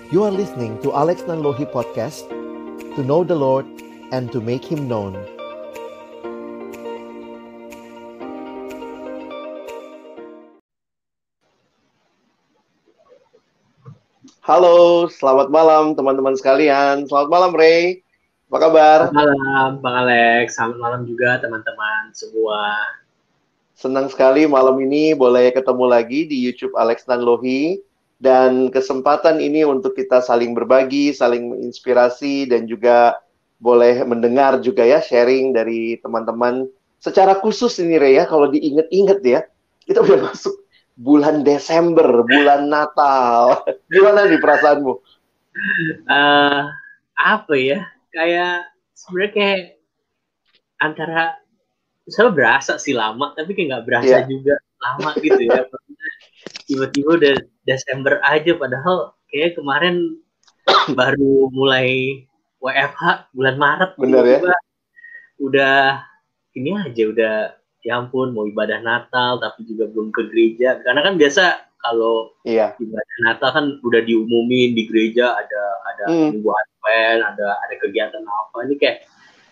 You are listening to Alex Nanlohi Podcast, to know the Lord and to make Him known. Halo, selamat malam teman-teman sekalian. Selamat malam Ray, apa kabar? Selamat malam Bang Alex, selamat malam juga teman-teman semua. Senang sekali malam ini boleh ketemu lagi di YouTube Alex Nanlohi. Dan kesempatan ini untuk kita saling berbagi, saling menginspirasi, dan juga boleh mendengar juga ya sharing dari teman-teman. Secara khusus ini Ray ya, kalau diinget-inget ya, kita udah masuk bulan Desember, bulan Natal. Gimana nih perasaanmu? Apa ya, sebenarnya kayak antara, saya berasa sih lama, tapi kayak nggak berasa juga lama gitu ya. Tiba-tiba udah Desember aja, padahal kayak kemarin baru mulai WFH bulan Maret. Bener tiba-tiba ya? Udah ini aja, udah ya ampun mau ibadah Natal tapi juga belum ke gereja. Karena kan biasa kalau ibadah Natal kan udah diumumin di gereja ada minggu Advent, ada kegiatan apa. Ini kayak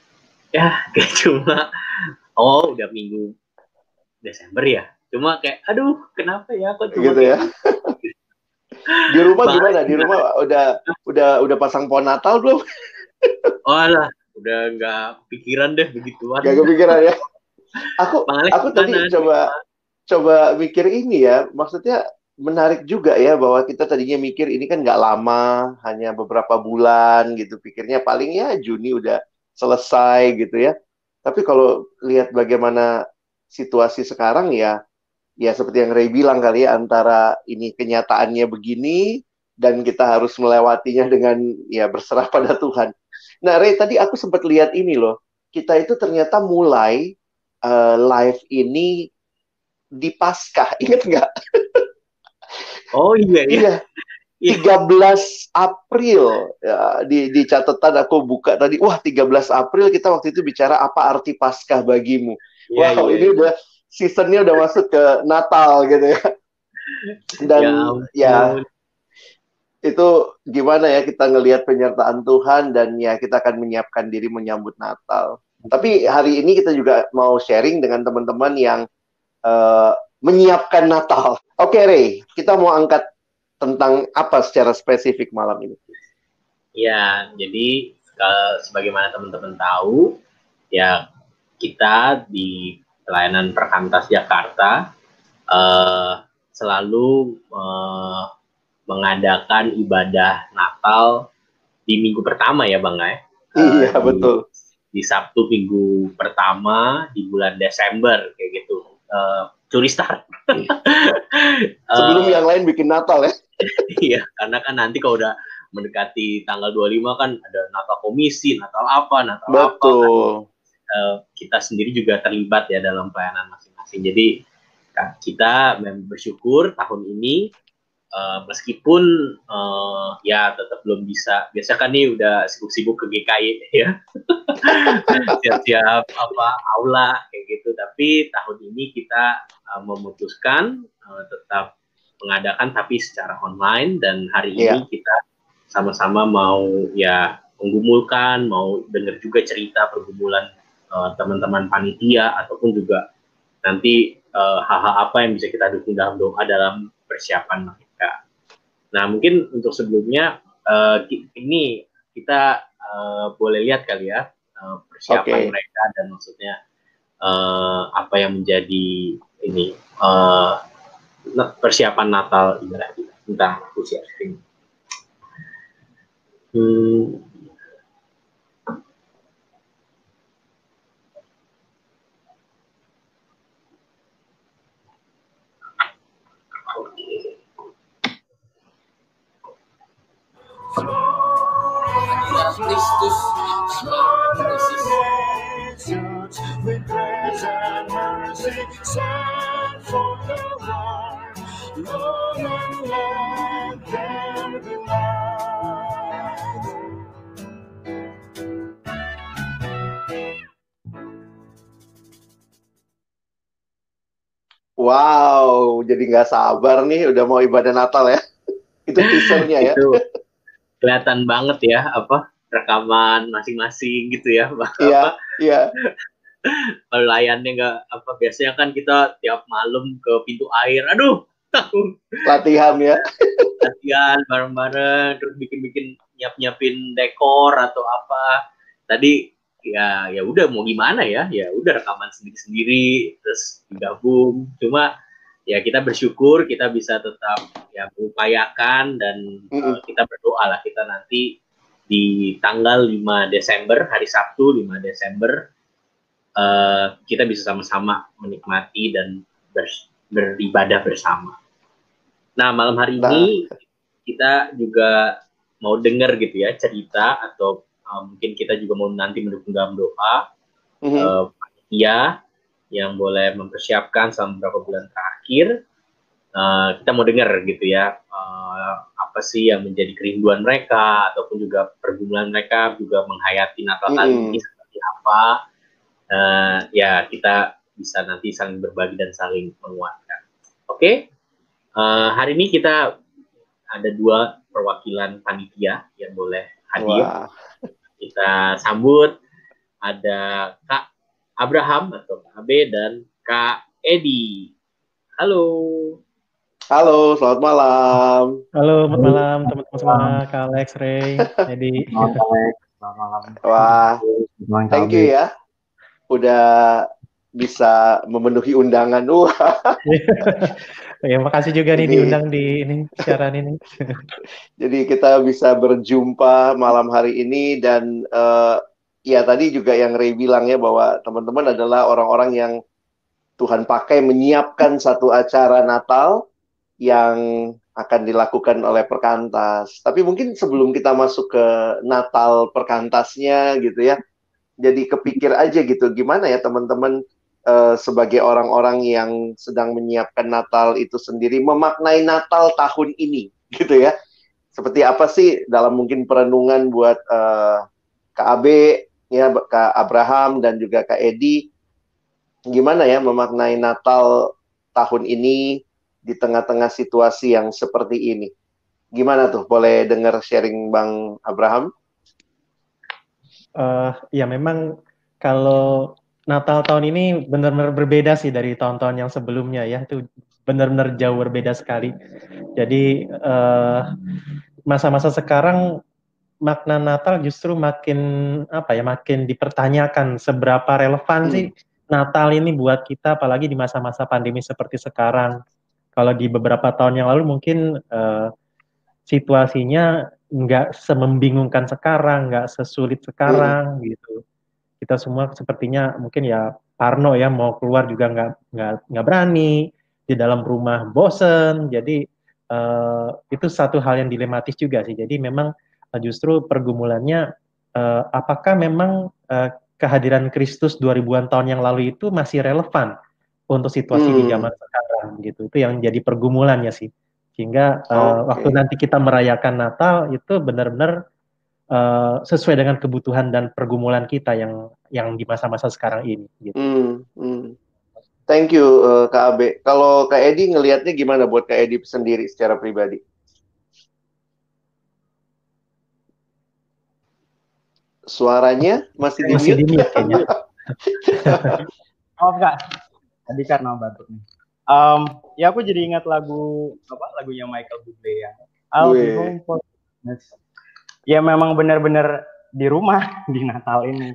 cuma udah minggu Desember ya. Cuma kayak aduh kenapa ya kok cuma gitu ya. Di rumah gimana? Di rumah udah pasang pohon Natal belum? Lah, udah nggak pikiran deh begituan. Gak kepikiran ya. Aku tadi coba mikir ini ya. Maksudnya menarik juga ya bahwa kita tadinya mikir ini kan nggak lama, hanya beberapa bulan gitu. Pikirnya paling ya Juni udah selesai gitu ya. Tapi kalau lihat bagaimana situasi sekarang ya seperti yang Ray bilang kali ya, antara ini kenyataannya begini dan kita harus melewatinya dengan ya berserah pada Tuhan. Nah Ray, tadi aku sempat lihat ini loh, kita itu ternyata mulai live ini di Paskah, inget nggak? Oh iya. 13 April ya, di catatan aku buka tadi, wah 13 April kita waktu itu bicara apa arti Paskah bagimu. Wow, ini udah seasonnya udah masuk ke Natal gitu ya. Dan itu gimana ya kita ngelihat penyertaan Tuhan dan ya kita akan menyiapkan diri menyambut Natal. Tapi hari ini kita juga mau sharing dengan teman-teman yang menyiapkan Natal. Oke Ray, kita mau angkat tentang apa secara spesifik malam ini? Ya, jadi sebagaimana teman-teman tahu, ya kita di pelayanan Perkantas Jakarta selalu mengadakan ibadah Natal di minggu pertama ya Bang ya. Iya, betul. Di Sabtu minggu pertama di bulan Desember kayak gitu. Curi start. Sebelum yang lain bikin Natal ya. Iya, karena kan nanti kalau udah mendekati tanggal 25 kan ada Natal komisi, Natal apa. Betul. Kan, kita sendiri juga terlibat ya dalam pelayanan masing-masing. Jadi kita bersyukur tahun ini meskipun ya tetap belum bisa. Biasa kan nih udah sibuk-sibuk ke GKI ya. Siap-siap aula kayak gitu. Tapi tahun ini kita memutuskan tetap mengadakan tapi secara online, dan hari ini kita sama-sama mau ya menggumulkan, mau dengar juga cerita pergumulan teman-teman panitia ataupun juga nanti hal-hal apa yang bisa kita dukung dalam doa dalam persiapan mereka. Nah mungkin untuk sebelumnya ini kita boleh lihat kali ya persiapan mereka dan maksudnya apa yang menjadi ini persiapan Natal ibadah kita. Bentar, aku sharing. Kristus Wow, jadi nggak sabar nih udah mau ibadah Natal ya. Itu teasernya ya. kelihatan banget ya apa rekaman masing-masing gitu ya. Iya, iya. Pelayannya nggak apa, biasanya kan kita tiap malam ke pintu air, aduh Latihan ya. latihan bareng-bareng, terus bikin-bikin nyiapin dekor atau apa. Tadi ya udah mau gimana ya udah rekaman sendiri-sendiri terus digabung. Cuma ya kita bersyukur kita bisa tetap ya mengupayakan dan kita berdoa lah kita nanti di tanggal 5 Desember hari Sabtu 5 Desember kita bisa sama-sama menikmati dan beribadah bersama. Nah, malam hari ini kita juga mau dengar gitu ya cerita atau mungkin kita juga mau nanti mendukung dalam doa panitia yang boleh mempersiapkan selama beberapa bulan terakhir. Kita mau dengar gitu ya apa sih yang menjadi kerinduan mereka ataupun juga pergumulan mereka juga menghayati Natal kali ini seperti apa. Ya kita bisa nanti saling berbagi dan saling menguatkan. Oke? Hari ini kita ada 2 perwakilan panitia yang boleh hadir. Wow. Kita sambut ada Kak Abraham atau Kak Abe dan Kak Edi. Halo. Halo, selamat malam. Halo, selamat malam teman-teman semua, Kak Alex, Ray, Edi. Selamat malam. Wah, thank you ya. Udah bisa memenuhi undangan. Ya, makasih juga nih diundang di ini siaran ini. Jadi kita bisa berjumpa malam hari ini dan ya tadi juga yang Ray bilang ya bahwa teman-teman adalah orang-orang yang Tuhan pakai menyiapkan satu acara Natal yang akan dilakukan oleh Perkantas. Tapi mungkin sebelum kita masuk ke Natal Perkantasnya gitu ya, jadi kepikir aja gitu, gimana ya teman-teman sebagai orang-orang yang sedang menyiapkan Natal itu sendiri, memaknai Natal tahun ini, gitu ya. Seperti apa sih dalam mungkin perenungan buat Kak Abe, ya, Kak Abraham, dan juga Kak Edi, gimana ya memaknai Natal tahun ini di tengah-tengah situasi yang seperti ini. Gimana tuh? Boleh dengar sharing Bang Abraham? Ya memang kalau Natal tahun ini benar-benar berbeda sih dari tahun-tahun yang sebelumnya ya, itu benar-benar jauh berbeda sekali. Jadi masa-masa sekarang makna Natal justru makin makin dipertanyakan seberapa relevan sih Natal ini buat kita, apalagi di masa-masa pandemi seperti sekarang. Kalau di beberapa tahun yang lalu mungkin situasinya nggak semembingungkan sekarang, nggak sesulit sekarang gitu. Kita semua sepertinya mungkin ya parno ya, mau keluar juga nggak berani, di dalam rumah bosen. Jadi itu satu hal yang dilematis juga sih. Jadi memang justru pergumulannya apakah memang kehadiran Kristus 2000-an tahun yang lalu itu masih relevan untuk situasi di zaman sekarang gitu. Itu yang jadi pergumulannya sih. Sehingga waktu nanti kita merayakan Natal itu benar-benar sesuai dengan kebutuhan dan pergumulan kita yang di masa-masa sekarang ini. Gitu. Thank you Kak Abe. Kalau Kak Edi ngelihatnya gimana buat Kak Edi sendiri secara pribadi? Suaranya masih di mute kayaknya. Maaf Kak, tadi karena batuk nih. Ya aku jadi ingat lagunya Michael Bublé ya. I'll be home for Christmas. Ya memang benar-benar di rumah di Natal ini.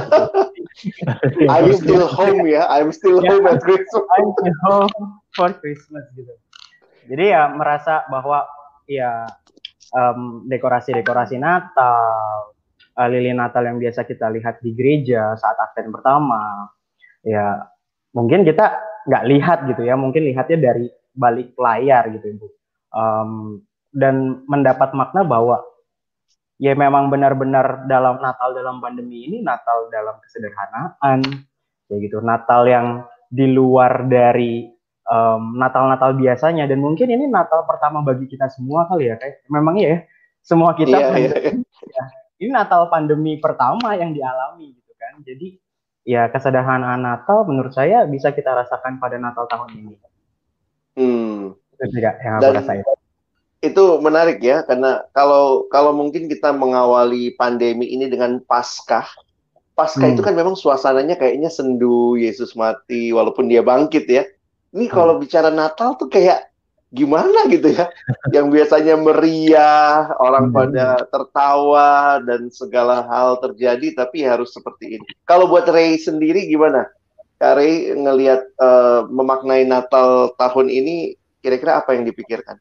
I'm still home ya, I'm still home at Christmas. I'm still home for Christmas gitu. Jadi ya merasa bahwa ya dekorasi-dekorasi Natal, lilin Natal yang biasa kita lihat di gereja saat Advent pertama, ya mungkin kita nggak lihat gitu ya, mungkin lihatnya dari balik layar gitu Ibu. Dan mendapat makna bahwa ya memang benar-benar dalam Natal dalam pandemi ini, Natal dalam kesederhanaan, ya gitu, Natal yang di luar dari Natal-Natal biasanya, dan mungkin ini Natal pertama bagi kita semua kali ya, kayak memang ya semua kita ya, ini Natal pandemi pertama yang dialami gitu kan. Jadi ya kesederhanaan Natal menurut saya bisa kita rasakan pada Natal tahun ini. Itu juga yang aku rasain. Itu menarik ya, karena kalau mungkin kita mengawali pandemi ini dengan Paskah itu kan memang suasananya kayaknya sendu, Yesus mati walaupun dia bangkit ya. Ini kalau bicara Natal tuh kayak gimana gitu ya. Yang biasanya meriah, orang pada tertawa dan segala hal terjadi, tapi harus seperti ini. Kalau buat Ray sendiri gimana? Kak Ray ngelihat memaknai Natal tahun ini, kira-kira apa yang dipikirkan?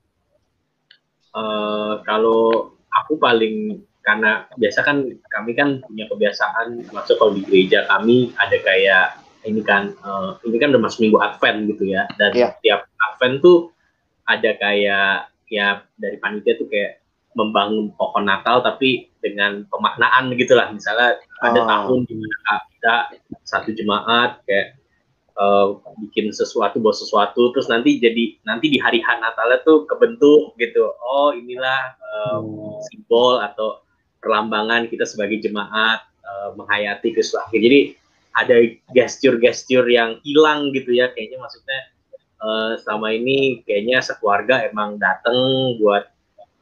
Kalau aku paling, karena biasa kan kami kan punya kebiasaan, maksud kalau di gereja kami ada kayak ini kan udah masuk minggu Advent gitu ya, dan tiap Advent tuh ada kayak ya dari panitia tuh kayak membangun pohon Natal tapi dengan pemaknaan gitulah. Misalnya ada tahun di mana kita satu jemaat kayak bikin sesuatu, bawa sesuatu, terus nanti di hari Natalnya tuh kebentuk gitu. Oh inilah simbol atau perlambangan kita sebagai jemaat menghayati Kristus akhir. Jadi ada gestur-gestur yang hilang gitu ya, kayaknya maksudnya selama ini kayaknya sekeluarga emang datang buat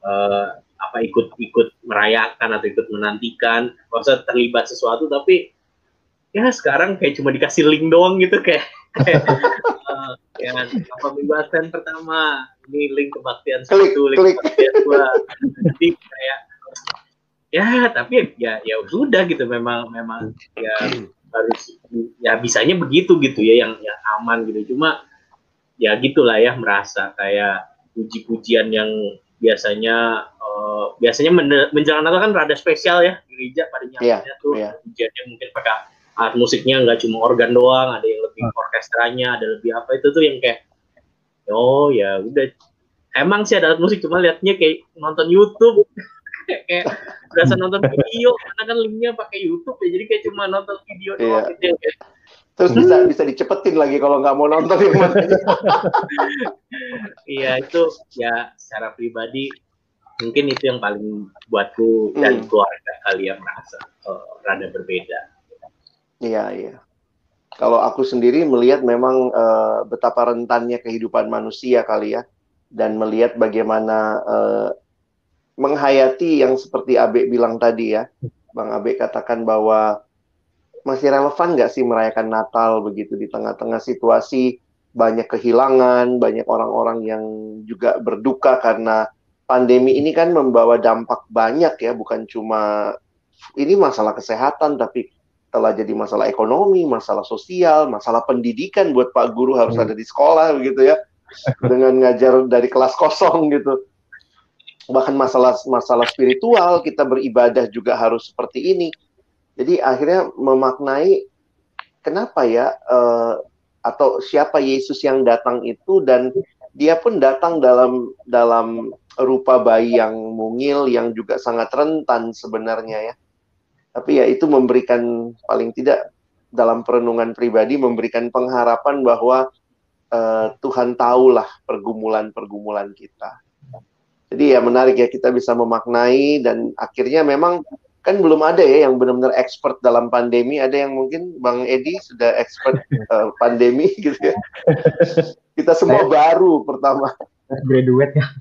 ikut merayakan atau ikut menantikan, maksudnya terlibat sesuatu, tapi ya sekarang kayak cuma dikasih link doang gitu, kayak ya apa minggu Advent pertama ini link kebaktian satu, link kebaktian dua, jadi kayak ya tapi ya sudah gitu, memang ya harus ya bisanya begitu gitu ya, yang aman gitu. Cuma ya gitulah ya, merasa kayak puji-pujian yang biasanya menjelang Natal kan rada spesial ya, gereja pada nyanyinya tuh pujiannya mungkin pakai alat musiknya, nggak cuma organ doang, ada yang lebih orkestranya, ada lebih apa, itu tuh yang kayak oh ya udah, emang sih ada alat musik, cuma liatnya kayak nonton YouTube kayak berasa nonton video, karena kan linknya pakai YouTube ya, jadi kayak cuma nonton video doang gitu ya. Terus bisa dicepetin lagi kalau nggak mau nonton yang mana. Iya, itu ya secara pribadi mungkin itu yang paling buatku dan keluarga kali yang merasa rada berbeda. Iya. Kalau aku sendiri melihat memang betapa rentannya kehidupan manusia kali ya, dan melihat bagaimana menghayati yang seperti Abe bilang tadi ya, Bang Abe katakan bahwa masih relevan nggak sih merayakan Natal begitu di tengah-tengah situasi banyak kehilangan, banyak orang-orang yang juga berduka karena pandemi ini kan membawa dampak banyak ya, bukan cuma ini masalah kesehatan, tapi telah jadi masalah ekonomi, masalah sosial, masalah pendidikan, buat Pak Guru harus ada di sekolah begitu ya, dengan ngajar dari kelas kosong gitu. Bahkan masalah spiritual, kita beribadah juga harus seperti ini. Jadi akhirnya memaknai kenapa ya, atau siapa Yesus yang datang itu, dan dia pun datang dalam rupa bayi yang mungil, yang juga sangat rentan sebenarnya ya. Tapi ya itu memberikan, paling tidak dalam perenungan pribadi, memberikan pengharapan bahwa Tuhan tahulah pergumulan-pergumulan kita. Jadi ya menarik ya, kita bisa memaknai, dan akhirnya memang kan belum ada ya yang benar-benar expert dalam pandemi. Ada yang mungkin Bang Edi sudah expert pandemi gitu ya. Kita semua baru pertama. Graduate ya.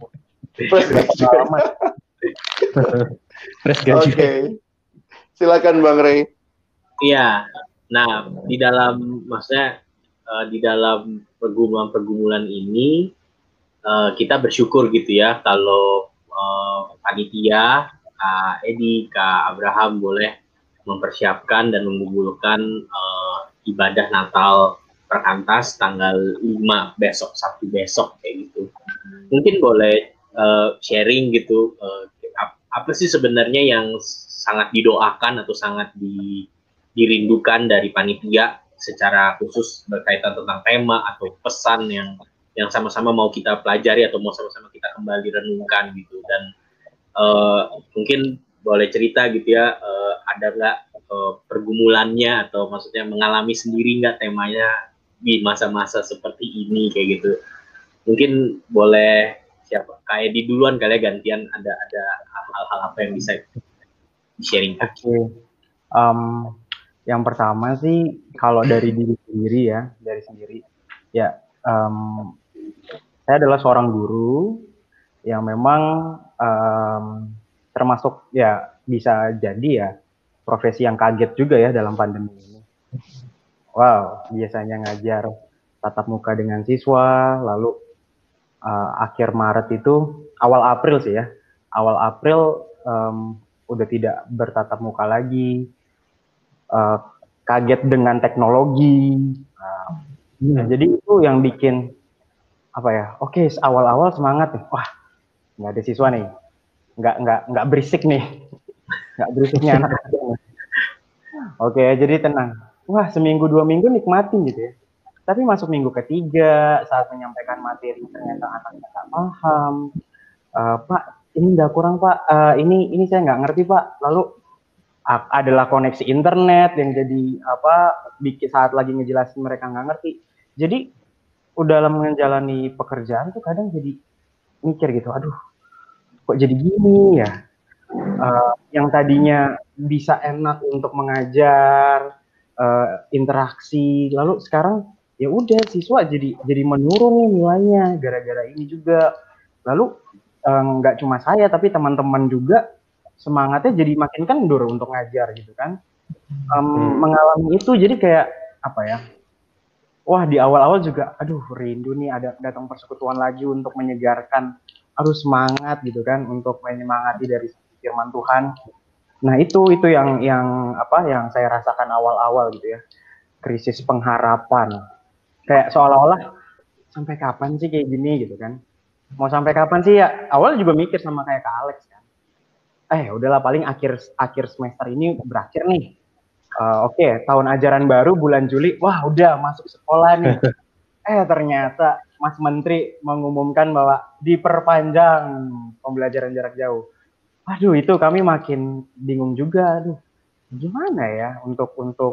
Fresh graduate. Oke. Silakan Bang Ray. Iya. Nah, di dalam pergumulan ini kita bersyukur gitu ya, kalau panitia Kak Edi, Kak Abraham boleh mempersiapkan dan mengumpulkan ibadah Natal Perkantas tanggal 5 besok, Sabtu besok kayak gitu. Mungkin boleh sharing gitu, apa sih sebenarnya yang sangat didoakan atau sangat dirindukan dari panitia secara khusus berkaitan tentang tema atau pesan yang sama-sama mau kita pelajari atau mau sama-sama kita kembali renungkan gitu. Dan mungkin boleh cerita gitu ya, ada nggak pergumulannya atau maksudnya mengalami sendiri nggak temanya di masa-masa seperti ini kayak gitu. Mungkin boleh siapa, kayak di duluan kali ya, gantian, ada hal-hal apa yang bisa di-sharing. Yang pertama sih kalau dari diri sendiri ya, saya adalah seorang guru yang memang termasuk ya bisa jadi ya profesi yang kaget juga ya dalam pandemi ini. Wow, biasanya ngajar tatap muka dengan siswa, lalu akhir Maret itu, awal April sih ya, awal April udah tidak bertatap muka lagi, kaget dengan teknologi. Jadi itu yang bikin apa ya? Oke, awal-awal semangat nih, wah nggak ada siswa nih, nggak berisik nih, nggak berisiknya anak. Oke, jadi tenang. Wah, seminggu 2 minggu nikmatin gitu ya. Tapi masuk minggu ketiga, saat menyampaikan materi ternyata anaknya nggak paham. Pak, ini nggak kurang Pak. Ini saya nggak ngerti Pak. Lalu adalah koneksi internet yang jadi bikin saat lagi ngejelasin mereka nggak ngerti. Jadi dalam menjalani pekerjaan tuh kadang jadi mikir gitu, aduh, kok jadi gini ya? Yang tadinya bisa enak untuk mengajar, interaksi, lalu sekarang ya udah siswa jadi menurun nih nilainya gara-gara ini juga. Lalu nggak cuma saya tapi teman-teman juga semangatnya jadi makin kendur untuk ngajar gitu kan. Mengalami itu jadi kayak apa ya? Wah, di awal-awal juga aduh rindu nih ada datang persekutuan lagi untuk menyegarkan, harus semangat gitu kan untuk menyemangati dari firman Tuhan. Nah, itu yang saya rasakan awal-awal gitu ya. Krisis pengharapan. Kayak seolah-olah sampai kapan sih kayak gini gitu kan. Mau sampai kapan sih ya? Awalnya juga mikir sama kayak Kak Alex kan. Udahlah paling akhir semester ini berakhir nih. Oke, tahun ajaran baru bulan Juli. Wah, udah masuk sekolah nih. Ternyata Mas Menteri mengumumkan bahwa diperpanjang pembelajaran jarak jauh. Aduh, itu kami makin bingung juga. Aduh, gimana ya untuk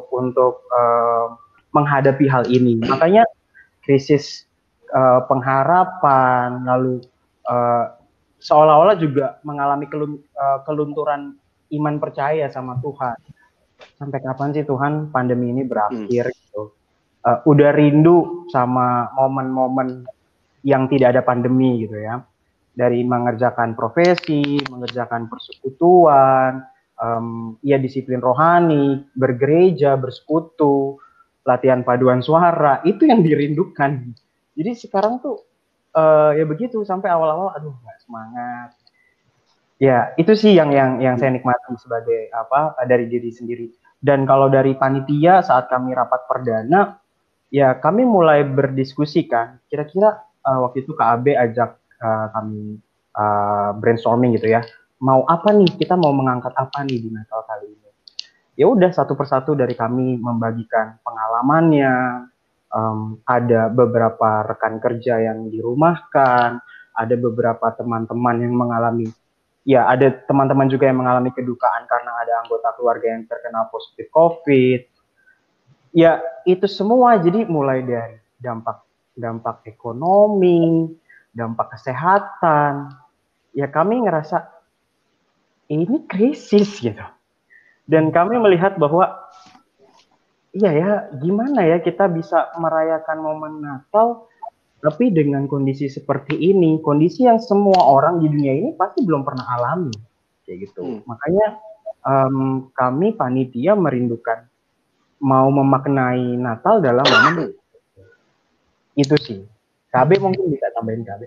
menghadapi hal ini. Makanya krisis pengharapan, lalu seolah-olah juga mengalami kelunturan iman percaya sama Tuhan. Sampai kapan sih Tuhan pandemi ini berakhir gitu. Udah rindu sama momen-momen yang tidak ada pandemi gitu ya. Dari mengerjakan profesi, mengerjakan persekutuan, ya disiplin rohani, bergereja, bersekutu, latihan paduan suara, itu yang dirindukan. Jadi sekarang tuh ya begitu sampai awal-awal aduh nggak semangat. Ya itu sih yang saya nikmati sebagai dari diri sendiri. Dan kalau dari panitia saat kami rapat perdana, ya kami mulai berdiskusi kan. Kira-kira waktu itu KAB ajak kami brainstorming gitu ya. Mau apa nih? Kita mau mengangkat apa nih di Natal kali ini? Ya udah satu persatu dari kami membagikan pengalamannya. Ada beberapa rekan kerja yang dirumahkan, ada beberapa teman-teman yang mengalami, ya ada teman-teman juga yang mengalami kedukaan karena ada anggota keluarga yang terkena positif COVID. Ya itu semua jadi mulai dari dampak ekonomi, dampak kesehatan. Ya kami ngerasa ini krisis gitu. Dan kami melihat bahwa iya ya, gimana ya kita bisa merayakan momen Natal tapi dengan kondisi seperti ini, kondisi yang semua orang di dunia ini pasti belum pernah alami, kayak gitu. Makanya kami panitia merindukan mau memaknai Natal dalam momen itu sih. KB mungkin bisa tambahin KB.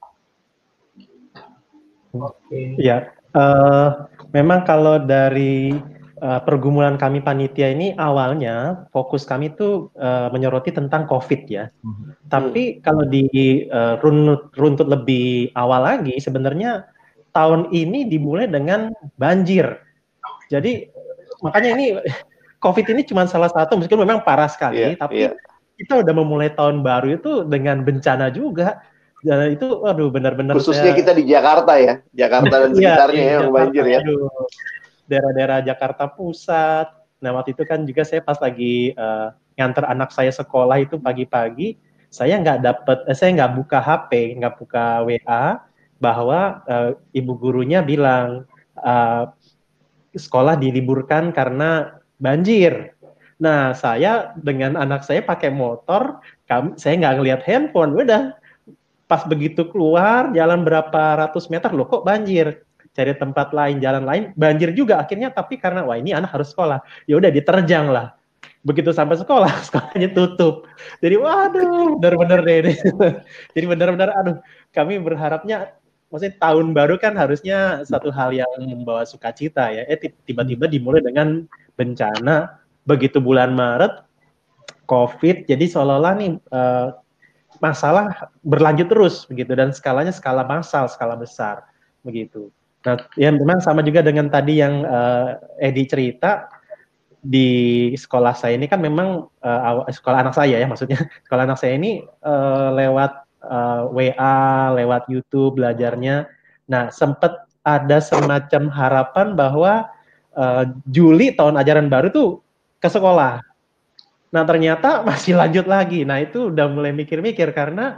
Oke. Ya, memang kalau dari pergumulan kami panitia ini awalnya fokus kami itu menyoroti tentang COVID ya. Tapi kalau di runtut lebih awal lagi, sebenarnya tahun ini dimulai dengan banjir. Jadi makanya ini COVID ini cuma salah satu, meskipun memang parah sekali, tapi kita udah memulai tahun baru itu dengan bencana juga. Dan itu, aduh benar-benar. Khususnya kita di Jakarta ya, Jakarta dan sekitarnya yang banjir ya. Aduh, daerah-daerah Jakarta Pusat. Nah waktu itu kan juga saya pas lagi nganter anak saya sekolah itu pagi-pagi, saya nggak buka HP, nggak buka WA, bahwa ibu gurunya bilang sekolah diliburkan karena banjir. Nah saya dengan anak saya pakai motor, saya nggak ngelihat handphone, udah pas begitu keluar jalan berapa ratus meter loh kok banjir, cari tempat lain, jalan lain banjir juga akhirnya, tapi karena wah ini anak harus sekolah, ya udah diterjang lah. Begitu sampai sekolah, sekolahnya tutup. Jadi waduh, benar-benar deh. Jadi benar-benar aduh, kami berharapnya maksudnya tahun baru kan harusnya satu hal yang membawa sukacita ya. Tiba-tiba dimulai dengan bencana. Begitu bulan Maret COVID, jadi seolah-olah nih masalah berlanjut terus begitu, dan skalanya skala massal, skala besar begitu. Nah, ya memang sama juga dengan tadi yang Edi cerita, di sekolah saya ini kan memang sekolah anak saya ya, maksudnya sekolah anak saya ini lewat WA, lewat YouTube belajarnya. Nah, sempat ada semacam harapan bahwa Juli tahun ajaran baru tuh ke sekolah. Nah, ternyata masih lanjut lagi. Nah, itu udah mulai mikir-mikir karena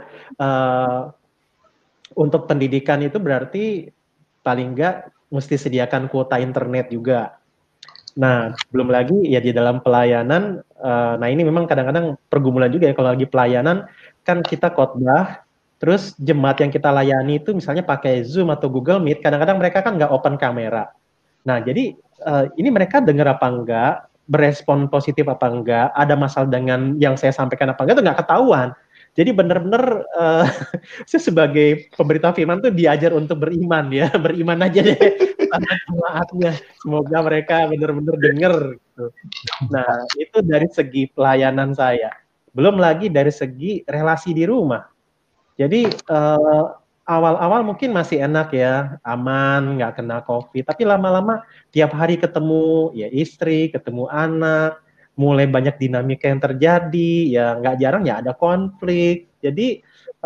untuk pendidikan itu berarti paling enggak mesti sediakan kuota internet juga. Nah, belum lagi ya di dalam pelayanan, nah ini memang kadang-kadang pergumulan juga ya kalau lagi pelayanan, kan kita khotbah, terus jemaat yang kita layani itu misalnya pakai Zoom atau Google Meet, kadang-kadang mereka kan nggak open kamera. Nah, jadi ini mereka dengar apa enggak, berespon positif apa enggak, ada masalah dengan yang saya sampaikan apa enggak, itu nggak ketahuan. Jadi benar-benar saya sebagai pemberita firman tuh diajar untuk beriman ya, beriman aja deh sama jemaatnya. Semoga mereka benar-benar dengar. Gitu. Nah, itu dari segi pelayanan saya. Belum lagi dari segi relasi di rumah. Jadi awal-awal mungkin masih enak ya, aman, nggak kena COVID. Tapi lama-lama tiap hari ketemu ya istri, ketemu anak, mulai banyak dinamika yang terjadi, ya nggak jarang ya ada konflik. Jadi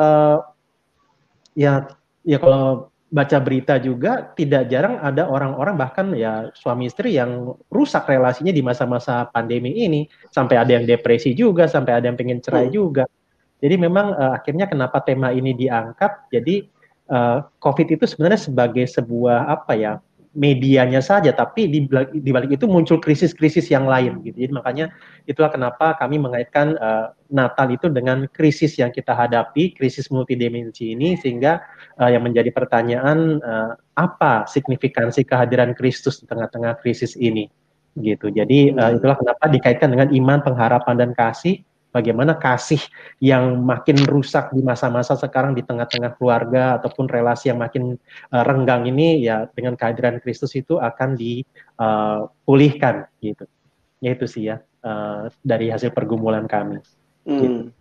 ya kalau baca berita juga tidak jarang ada orang-orang bahkan ya suami istri yang rusak relasinya di masa-masa pandemi ini, sampai ada yang depresi juga, sampai ada yang pengen cerai juga. Jadi memang akhirnya kenapa tema ini diangkat, jadi COVID itu sebenarnya sebagai sebuah apa ya, medianya saja, tapi di balik itu muncul krisis-krisis yang lain gitu. Jadi makanya itulah kenapa kami mengaitkan Natal itu dengan krisis yang kita hadapi, krisis multidimensi ini, sehingga yang menjadi pertanyaan apa signifikansi kehadiran Kristus di tengah-tengah krisis ini gitu. Jadi itulah kenapa dikaitkan dengan iman, pengharapan dan kasih. Bagaimana kasih yang makin rusak di masa-masa sekarang di tengah-tengah keluarga ataupun relasi yang makin renggang ini ya dengan kehadiran Kristus itu akan dipulihkan gitu. Ya itu sih ya dari hasil pergumulan kami. Gitu.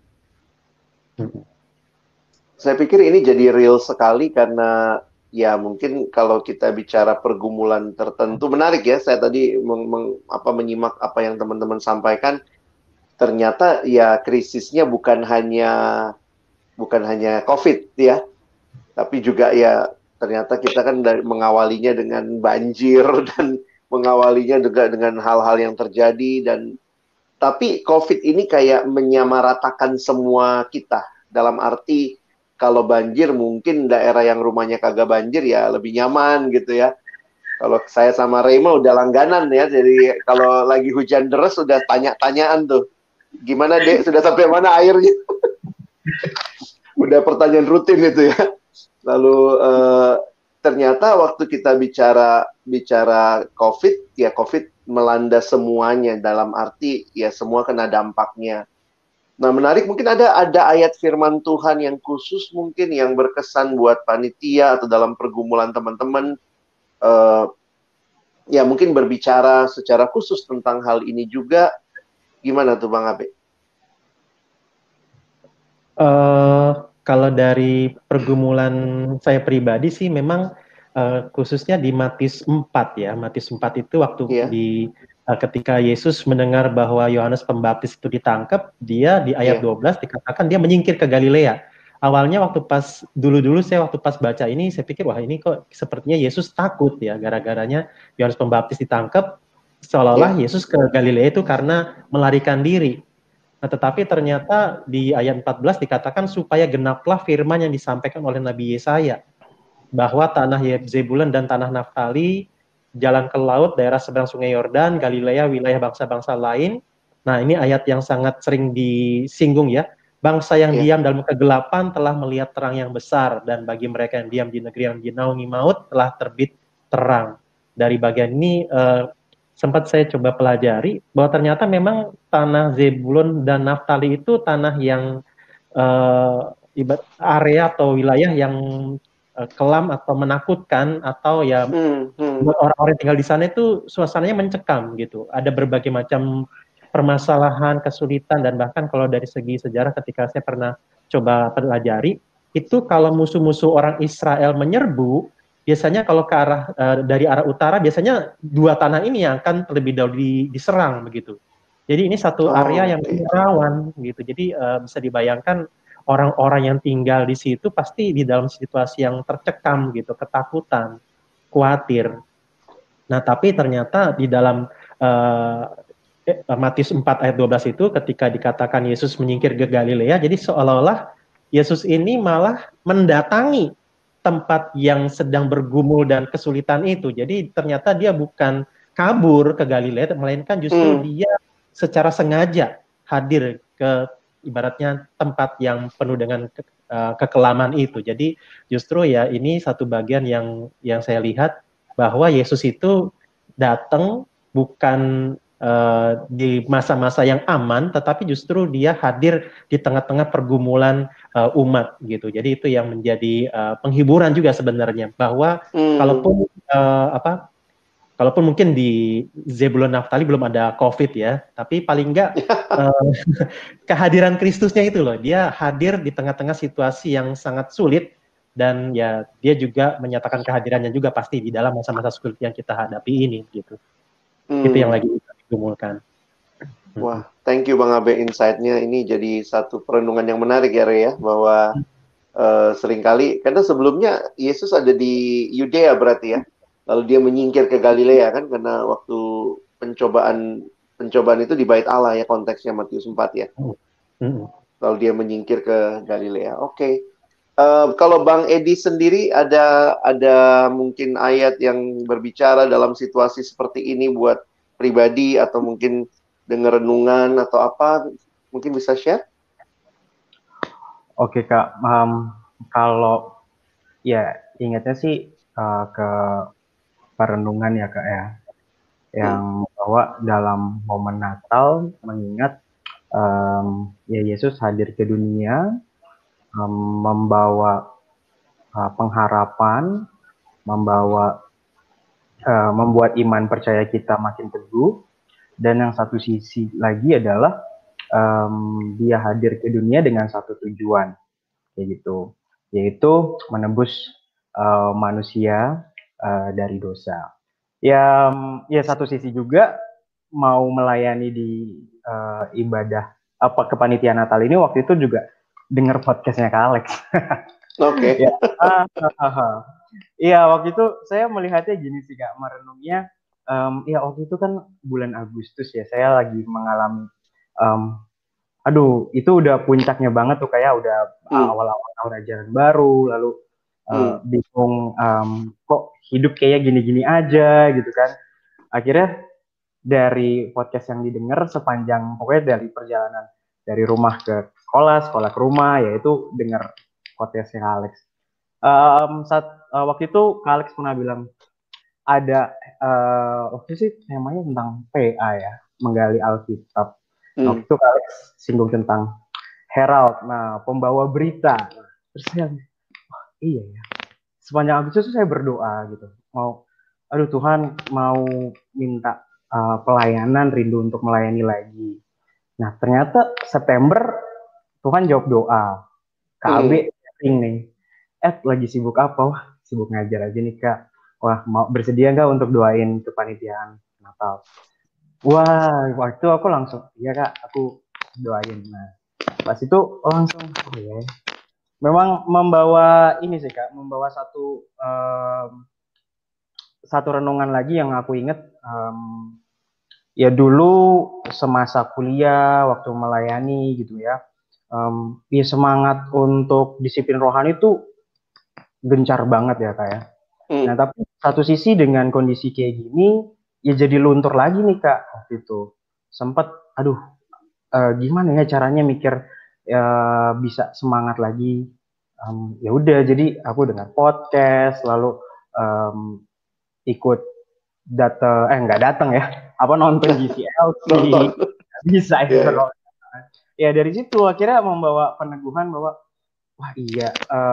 Saya pikir ini jadi real sekali karena ya mungkin kalau kita bicara pergumulan tertentu menarik ya. Saya tadi menyimak apa yang teman-teman sampaikan. Ternyata ya krisisnya bukan hanya COVID ya, tapi juga ya ternyata kita kan mengawalinya dengan banjir dan mengawalinya juga dengan hal-hal yang terjadi, dan tapi COVID ini kayak menyamaratakan semua kita, dalam arti kalau banjir mungkin daerah yang rumahnya kagak banjir ya lebih nyaman gitu ya. Kalau saya sama Rema udah langganan ya, jadi kalau lagi hujan deras udah tanya-tanyaan tuh. Gimana Dek, sudah sampai mana airnya? Udah pertanyaan rutin itu ya. Lalu ternyata waktu kita bicara COVID, ya COVID melanda semuanya, dalam arti ya semua kena dampaknya. Nah menarik, mungkin ada ayat firman Tuhan yang khusus mungkin yang berkesan buat panitia atau dalam pergumulan teman-teman. Ya mungkin berbicara secara khusus tentang hal ini juga. Gimana tuh Bang Abe? Kalau dari pergumulan saya pribadi sih memang khususnya di Matius 4 ya. Matius 4 itu waktu ketika Yesus mendengar bahwa Yohanes Pembaptis itu ditangkap, dia di ayat 12 dikatakan dia menyingkir ke Galilea. Awalnya waktu pas baca ini saya pikir wah ini kok sepertinya Yesus takut ya gara-garanya Yohanes Pembaptis ditangkap, seolah-olah Yesus ke Galilea itu karena melarikan diri. Nah, tetapi ternyata di ayat 14 dikatakan supaya genaplah firman yang disampaikan oleh Nabi Yesaya, bahwa tanah Zebulun dan tanah Naftali, jalan ke laut, daerah seberang sungai Yordan, Galilea, wilayah bangsa-bangsa lain. Nah, ini ayat yang sangat sering disinggung ya. bangsa yang diam dalam kegelapan telah melihat terang yang besar, dan bagi mereka yang diam di negeri yang dinaungi maut telah terbit terang. Dari bagian ini sempat saya coba pelajari bahwa ternyata memang tanah Zebulun dan Naftali itu tanah yang area atau wilayah yang kelam atau menakutkan, atau ya buat orang-orang yang tinggal di sana itu suasananya mencekam gitu. Ada berbagai macam permasalahan, kesulitan, dan bahkan kalau dari segi sejarah ketika saya pernah coba pelajari, itu kalau musuh-musuh orang Israel menyerbu, biasanya kalau ke arah dari arah utara, biasanya dua tanah ini yang akan terlebih dahulu diserang begitu. Jadi ini satu area yang rawan gitu. Jadi bisa dibayangkan orang-orang yang tinggal di situ pasti di dalam situasi yang tercekam gitu, ketakutan, khawatir. Nah, tapi ternyata di dalam Matius 4 ayat 12 itu ketika dikatakan Yesus menyingkir ke Galilea, jadi seolah-olah Yesus ini malah mendatangi tempat yang sedang bergumul dan kesulitan itu. Jadi ternyata dia bukan kabur ke Galilea, melainkan justru dia secara sengaja hadir ke ibaratnya tempat yang penuh dengan kekelaman itu. Jadi justru ya ini satu bagian yang saya lihat bahwa Yesus itu datang bukan di masa-masa yang aman, tetapi justru dia hadir di tengah-tengah pergumulan umat gitu. Jadi itu yang menjadi penghiburan juga sebenarnya, bahwa kalaupun mungkin di Zebulun Naftali belum ada COVID ya, tapi paling enggak kehadiran Kristusnya itu loh, dia hadir di tengah-tengah situasi yang sangat sulit, dan ya dia juga menyatakan kehadirannya juga pasti di dalam masa-masa sulit yang kita hadapi ini gitu. Itu yang lagi kita gumulkan. Wah, thank you Bang Abe, insight-nya ini jadi satu perenungan yang menarik ya, Re, ya, bahwa seringkali, karena sebelumnya Yesus ada di Yudea berarti ya, lalu dia menyingkir ke Galilea kan, karena waktu pencobaan itu di Bait Allah ya, konteksnya Matius 4 ya. Lalu dia menyingkir ke Galilea. Oke. Kalau Bang Edi sendiri ada mungkin ayat yang berbicara dalam situasi seperti ini buat pribadi, atau mungkin dengar renungan atau apa, mungkin bisa share? Oke Kak, kalau ya ingatnya sih ke perenungan ya Kak ya, yang bahwa dalam momen Natal mengingat ya Yesus hadir ke dunia, membawa pengharapan, membuat iman percaya kita makin teguh, dan yang satu sisi lagi adalah dia hadir ke dunia dengan satu tujuan, kayak gitu, yaitu menebus manusia dari dosa. Ya satu sisi juga mau melayani di ibadah kepanitiaan Natal ini, waktu itu juga dengar podcastnya Kak Alex. Oke. Iya, waktu itu saya melihatnya gini sih Kak, merenungnya, ya waktu itu kan bulan Agustus ya, saya lagi mengalami, itu udah puncaknya banget tuh, kayak udah awal-awal tahun ajaran baru, lalu bingung, kok hidup kayak gini-gini aja gitu kan. Akhirnya dari podcast yang didengar sepanjang, pokoknya dari perjalanan dari rumah ke sekolah ke rumah, yaitu dengar podcastnya Alex. Waktu itu Alex pernah bilang ada waktu sih temanya tentang PA ya, menggali Alkitab. Waktu itu Alex singgung tentang herald, pembawa berita. Terus saya, iya ya, sepanjang Agustus saya berdoa gitu, Tuhan mau minta pelayanan, rindu untuk melayani lagi. Nah ternyata September Tuhan jawab doa. KB nih, lagi sibuk apa? Wah, sibuk ngajar aja nih Kak. Wah, mau bersedia nggak untuk doain kepanitiaan Natal? Wah, waktu aku langsung, iya Kak, aku doain. Nah, pas itu langsung, ya. Memang membawa ini sih Kak, membawa satu renungan lagi yang aku inget, ya dulu semasa kuliah, waktu melayani gitu ya, ya semangat untuk disiplin rohani itu gencar banget ya Kak ya. Nah tapi satu sisi dengan kondisi kayak gini, ya jadi luntur lagi nih Kak waktu itu. Sempat, gimana ya caranya mikir, bisa semangat lagi. Ya udah, jadi aku dengar podcast, lalu ikut nggak datang ya, nonton GCLC, bisa itu kalau ya dari situ akhirnya membawa peneguhan bahwa wah iya,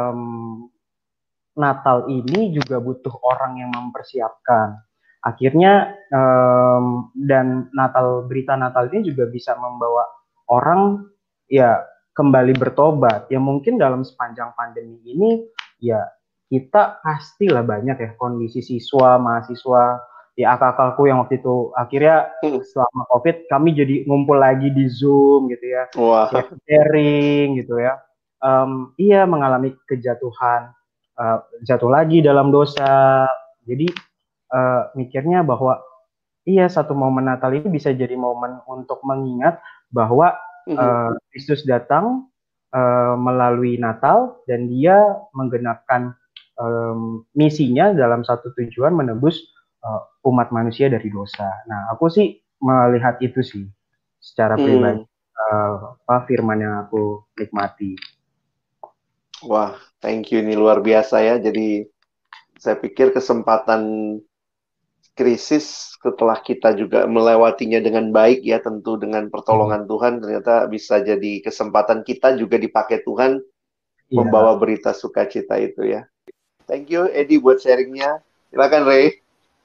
Natal ini juga butuh orang yang mempersiapkan. Akhirnya dan berita Natal ini juga bisa membawa orang ya kembali bertobat. Ya mungkin dalam sepanjang pandemi ini ya kita pastilah banyak ya kondisi siswa, mahasiswa, ya akak-akakku yang waktu itu akhirnya selama COVID kami jadi ngumpul lagi di Zoom gitu ya, sharing gitu ya. Iya mengalami kejatuhan, jatuh lagi dalam dosa. Jadi mikirnya bahwa iya, satu momen Natal ini bisa jadi momen untuk mengingat bahwa Kristus datang melalui Natal dan dia menggenapkan misinya dalam satu tujuan menebus umat manusia dari dosa. Nah, aku sih melihat itu sih secara pribadi, firman yang aku nikmati. Wah, thank you, ini luar biasa ya. Jadi saya pikir kesempatan krisis setelah kita juga melewatinya dengan baik ya, tentu dengan pertolongan Tuhan, ternyata bisa jadi kesempatan kita juga dipakai Tuhan membawa berita sukacita itu ya. Thank you Eddie buat sharingnya. Silakan Ray.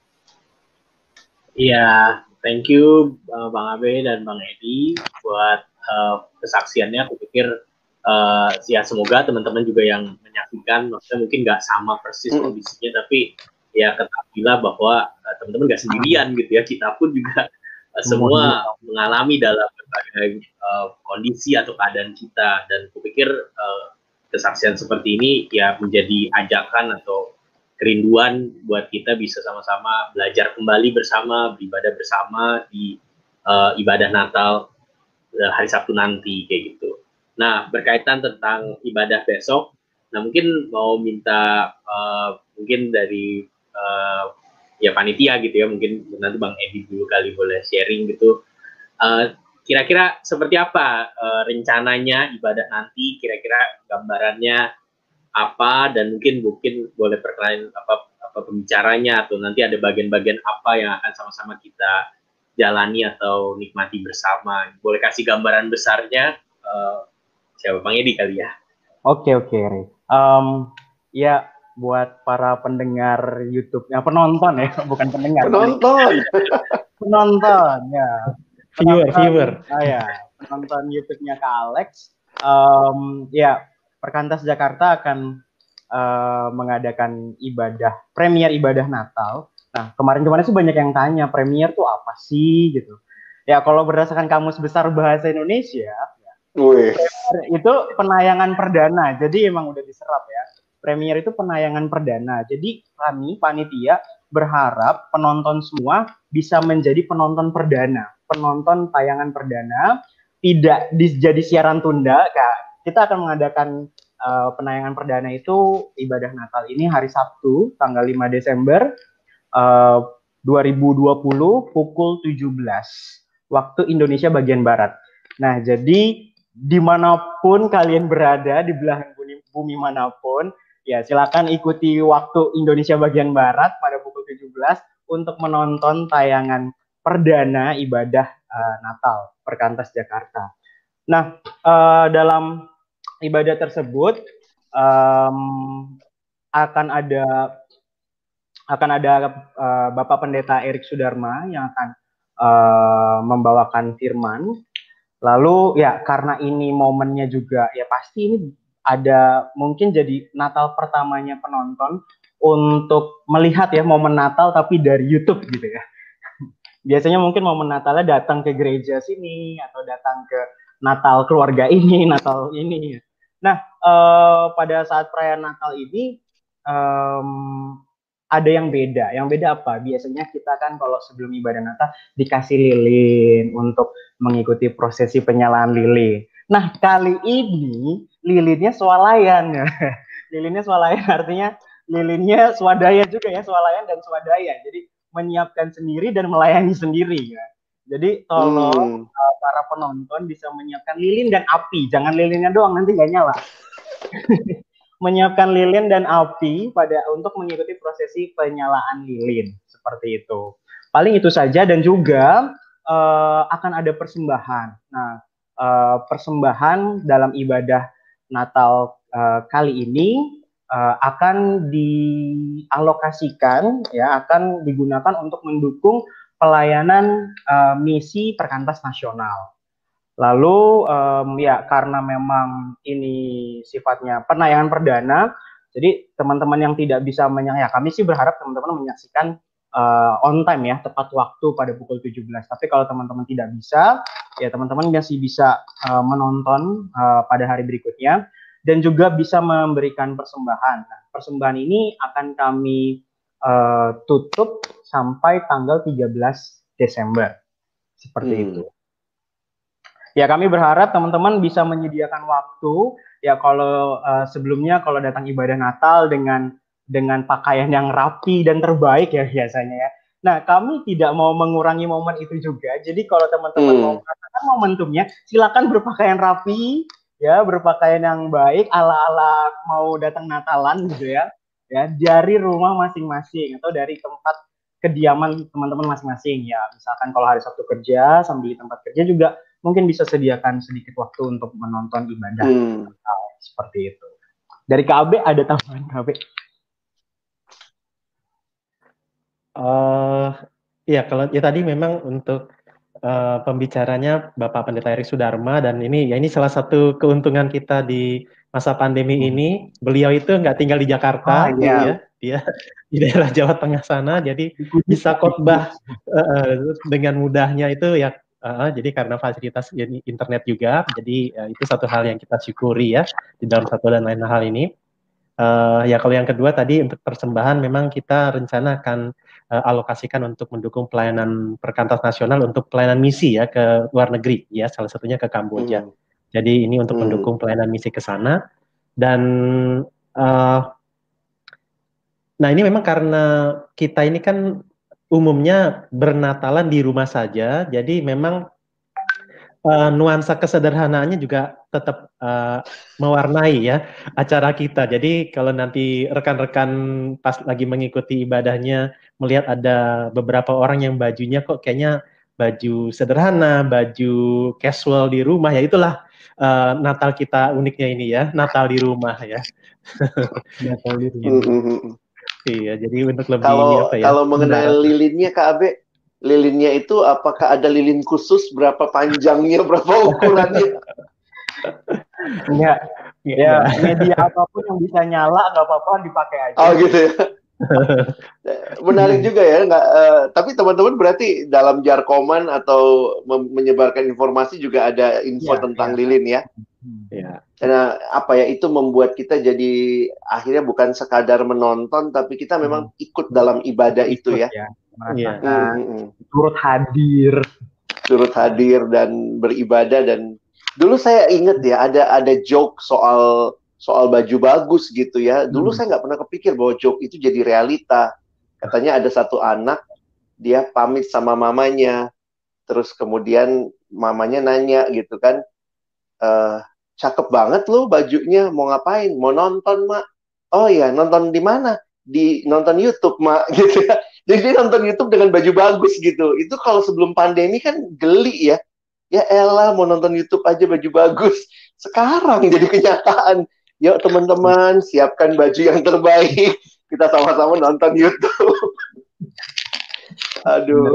Iya, thank you Bang Abe dan Bang Edi buat kesaksiannya. Aku pikir ya semoga teman-teman juga yang menyaksikan, maksudnya mungkin nggak sama persis kondisinya, tapi ya ketahuilah bahwa teman-teman nggak sendirian gitu ya. Kita pun juga semua mengalami dalam berbagai kondisi atau keadaan kita, dan aku pikir kesaksian seperti ini ya menjadi ajakan atau kerinduan buat kita bisa sama-sama belajar kembali bersama, beribadah bersama di ibadah Natal hari Sabtu nanti kayak gitu. Nah, berkaitan tentang ibadah besok, nah mungkin mau minta mungkin dari ya panitia gitu ya, mungkin nanti Bang Edi dulu kali boleh sharing gitu. Kira-kira seperti apa rencananya ibadah nanti, kira-kira gambarannya apa, dan mungkin boleh perkenalkan apa pembicaranya, atau nanti ada bagian-bagian apa yang akan sama-sama kita jalani atau nikmati bersama. Boleh kasih gambaran besarnya, siapa Bang Edi kali ya? Oke, Ray. Ya buat para pendengar YouTube-nya, penonton ya, bukan pendengar. Penonton ya. Viewer. Ya, penonton YouTube-nya Kak Alex. Ya, Perkantas Jakarta akan mengadakan premier ibadah Natal. Nah, kemarin-kemarin sih banyak yang tanya, premier tuh apa sih gitu. Ya, kalau berdasarkan Kamus Besar Bahasa Indonesia, premier itu penayangan perdana. Jadi emang udah diserap ya. Premier itu penayangan perdana. Jadi kami panitia berharap penonton semua bisa menjadi penonton perdana, penonton tayangan perdana, tidak jadi siaran tunda. Kak. Kita akan mengadakan penayangan perdana itu ibadah Natal ini hari Sabtu tanggal 5 Desember 2020 pukul 17 waktu Indonesia bagian Barat. Nah, jadi dimanapun kalian berada di belahan bumi manapun, ya silakan ikuti waktu Indonesia bagian Barat pada pukul 17 untuk menonton tayangan perdana ibadah Natal Perkantas Jakarta. Nah, dalam ibadah tersebut akan ada Bapak Pendeta Erik Sudarma yang akan membawakan firman. Lalu ya karena ini momennya juga ya pasti ini ada mungkin jadi Natal pertamanya penonton untuk melihat ya momen Natal tapi dari YouTube gitu ya. Biasanya mungkin momen Natalnya datang ke gereja sini atau datang ke Natal keluarga ini, Natal ini. Nah, pada saat perayaan Natal ini ada yang beda. Yang beda apa? Biasanya kita kan kalau sebelum ibadah Natal dikasih lilin untuk mengikuti prosesi penyalaan lilin. Nah, kali ini lilinnya swalayan. Lilinnya swalayan artinya lilinnya swadaya juga ya, swalayan dan swadaya. Jadi menyiapkan sendiri dan melayani sendiri. Ya. Jadi tolong para penonton bisa menyiapkan lilin dan api, jangan lilinnya doang nanti nggak nyala. Menyiapkan lilin dan api untuk mengikuti prosesi penyalaan lilin seperti itu. Paling itu saja, dan juga akan ada persembahan. Nah, persembahan dalam ibadah Natal kali ini akan dialokasikan, ya, akan digunakan untuk mendukung pelayanan misi perkantas nasional. Lalu ya karena memang ini sifatnya penayangan perdana, jadi teman-teman yang tidak bisa ya kami sih berharap teman-teman menyaksikan on time ya, tepat waktu pada pukul 17. Tapi kalau teman-teman tidak bisa, ya teman-teman masih bisa menonton pada hari berikutnya, dan juga bisa memberikan persembahan. Nah, persembahan ini akan kami tutup sampai tanggal 13 Desember. Seperti itu. Ya, kami berharap teman-teman bisa menyediakan waktu, ya kalau sebelumnya kalau datang ibadah Natal dengan pakaian yang rapi dan terbaik ya biasanya ya. Nah, kami tidak mau mengurangi momen itu juga. Jadi kalau teman-teman mau merasakan momentumnya, silakan berpakaian rapi, ya, berpakaian yang baik ala-ala mau datang Natalan gitu ya. Ya, dari rumah masing-masing atau dari tempat kediaman teman-teman masing-masing ya. Misalkan kalau hari Sabtu kerja, sambil di tempat kerja juga mungkin bisa sediakan sedikit waktu untuk menonton ibadah. Seperti itu. Dari KB ada tambahan KB? Ya kalau ya tadi memang untuk pembicaranya Bapak Pendeta Erik Sudarma, dan ini salah satu keuntungan kita di masa pandemi ini. Beliau itu nggak tinggal di Jakarta, ya, dia di daerah Jawa Tengah sana, jadi bisa khotbah dengan mudahnya itu ya. Jadi karena fasilitas internet juga, jadi itu satu hal yang kita syukuri ya di dalam satu dan lain hal ini. Ya kalau yang kedua tadi untuk persembahan memang kita rencana akan alokasikan untuk mendukung pelayanan perkantas nasional untuk pelayanan misi ya ke luar negeri ya, salah satunya ke Kamboja. Jadi ini untuk mendukung pelayanan misi ke sana. Dan nah ini memang karena kita ini kan umumnya bernatalan di rumah saja, jadi memang nuansa kesederhanaannya juga tetap mewarnai ya acara kita. Jadi kalau nanti rekan-rekan pas lagi mengikuti ibadahnya melihat ada beberapa orang yang bajunya kok kayaknya baju sederhana, baju casual di rumah, ya itulah Natal kita uniknya ini ya, Natal di rumah ya. Natal di rumah. Iya, jadi untuk lebih kalau mengenai lilinnya Kak Abe, lilinnya itu apakah ada lilin khusus, berapa panjangnya, berapa ukurannya? Enggak. Ya, media apapun yang bisa nyala nggak apa-apa, dipakai aja. Oh gitu ya. Menarik juga ya, tapi teman-teman berarti dalam jarkoman atau menyebarkan informasi juga ada info tentang lilin ya. Karena apa ya, itu membuat kita jadi akhirnya bukan sekadar menonton, tapi kita memang ikut dalam ibadah itu ya. turut hadir dan beribadah. Dan dulu saya ingat ya, ada joke soal baju bagus gitu ya. Dulu saya nggak pernah kepikir bahwa joke itu jadi realita. Katanya ada satu anak, dia pamit sama mamanya, terus kemudian mamanya nanya gitu kan, cakep banget loh bajunya, mau ngapain? Mau nonton, Mak. Oh ya, nonton di mana? Nonton YouTube, Mak, gitu ya. Jadi dia nonton YouTube dengan baju bagus gitu. Itu kalau sebelum pandemi kan geli ya. Ya elah, mau nonton YouTube aja baju bagus. Sekarang jadi kenyataan. Yuk teman-teman, siapkan baju yang terbaik. Kita sama-sama nonton YouTube. Aduh.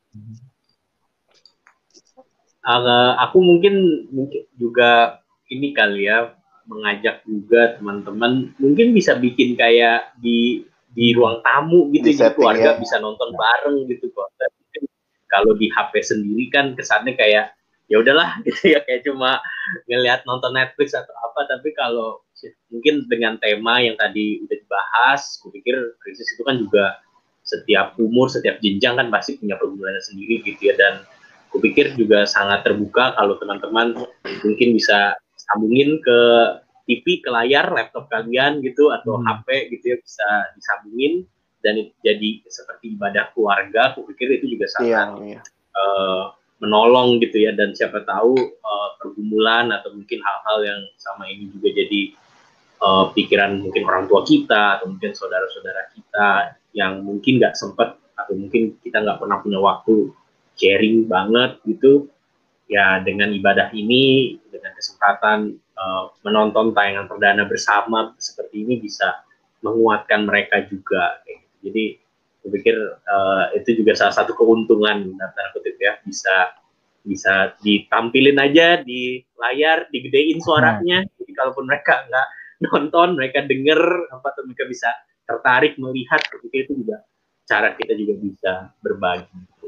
Aku mungkin juga ini kali ya, mengajak juga teman-teman mungkin bisa bikin kayak di ruang tamu gitu, jadi keluarga bisa nonton bareng gitu kok. Kalau di HP sendiri kan kesannya kayak ya udahlah gitu ya, kayak cuma ngelihat nonton Netflix atau apa. Tapi kalau mungkin dengan tema yang tadi udah dibahas, aku pikir krisis itu kan juga setiap umur, setiap jenjang kan pasti punya pergumulannya sendiri gitu ya. Dan aku pikir juga sangat terbuka kalau teman-teman mungkin bisa sambungin ke TV, ke layar laptop kalian gitu, atau HP gitu ya, bisa disambungin dan jadi seperti ibadah keluarga. Aku pikir itu juga sangat menolong gitu ya, dan siapa tahu pergumulan atau mungkin hal-hal yang sama ini juga jadi pikiran mungkin orang tua kita atau mungkin saudara-saudara kita yang mungkin nggak sempat atau mungkin kita nggak pernah punya waktu sharing banget gitu ya, dengan ibadah ini, dengan kesempatan menonton tayangan perdana bersama seperti ini bisa menguatkan mereka juga. Jadi saya pikir itu juga salah satu keuntungan tanda kutip ya, bisa ditampilin aja di layar, digedein suaranya. Jadi kalaupun mereka nggak nonton, mereka denger atau mereka bisa tertarik melihat, itu juga cara kita juga bisa berbagi.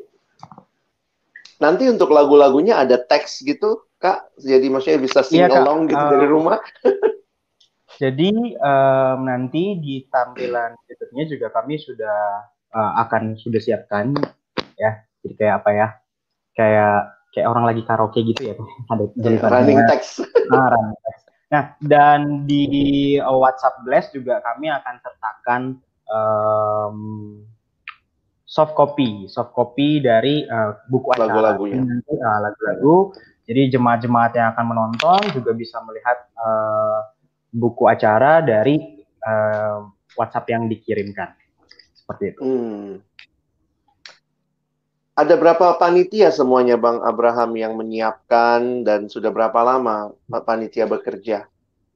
Nanti untuk lagu-lagunya ada teks gitu, Kak? Jadi maksudnya bisa sing along gitu dari rumah? Jadi nanti di tampilan YouTube-nya juga kami sudah sudah siapkan ya. Jadi kayak apa ya? Kayak orang lagi karaoke gitu ya. Ada running text. Running text. Nah, dan di WhatsApp Blast juga kami akan sertakan soft copy dari buku acara. Lagu-lagunya. Lagu-lagu. Jadi jemaat-jemaat yang akan menonton juga bisa melihat buku acara dari WhatsApp yang dikirimkan. Seperti itu. Ada berapa panitia semuanya, Bang Abraham, yang menyiapkan, dan sudah berapa lama panitia bekerja?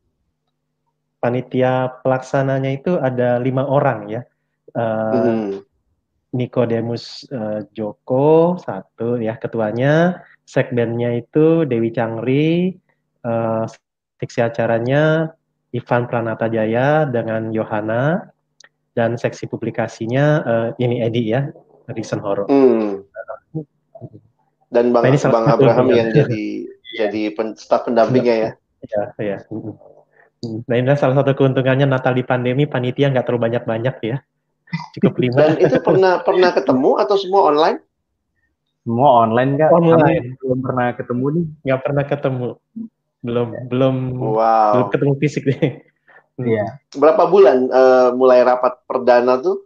Panitia pelaksananya itu ada 5 orang ya. Nikodemus Joko satu ya ketuanya, sekbennya itu Dewi Changri, seksi acaranya Ivan Pranatajaya dengan Yohana, dan seksi publikasinya ini Edi ya, Risen Horo. Dan Bang Abraham yang jadi staf pendampingnya ya. Iya. Nah, ini salah satu keuntungannya Natal di pandemi, panitia nggak terlalu banyak ya. Cukup 5. Dan itu pernah ketemu atau semua online? Semua online, Kak. Online. Belum pernah ketemu nih. Nggak pernah ketemu. Belum ketemu fisik deh. Iya. Berapa bulan mulai rapat perdana tuh?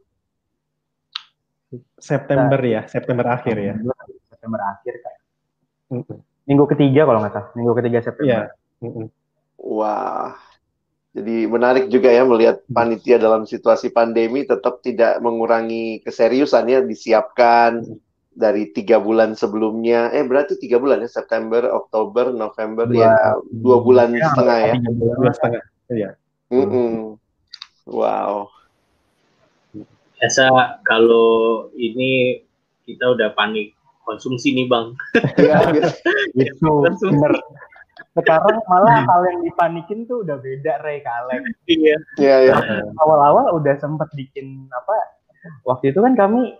September akhir ya. September akhir, Kak. Minggu ketiga kalau nggak salah. Minggu ketiga September. Iya. Wah. Jadi menarik juga ya melihat panitia dalam situasi pandemi tetap tidak mengurangi keseriusannya, disiapkan dari 3 bulan sebelumnya. Berarti 3 bulan ya, September, Oktober, November, 2 bulan setengah ya. 2 bulan setengah. Iya. Wow. Biasa kalau ini kita udah panik konsumsi nih, Bang. Iya, gitu. Bener. Sekarang malah hal yang dipanikin tuh udah beda, Kak Alex. Iya. Awal-awal udah sempet bikin waktu itu kan kami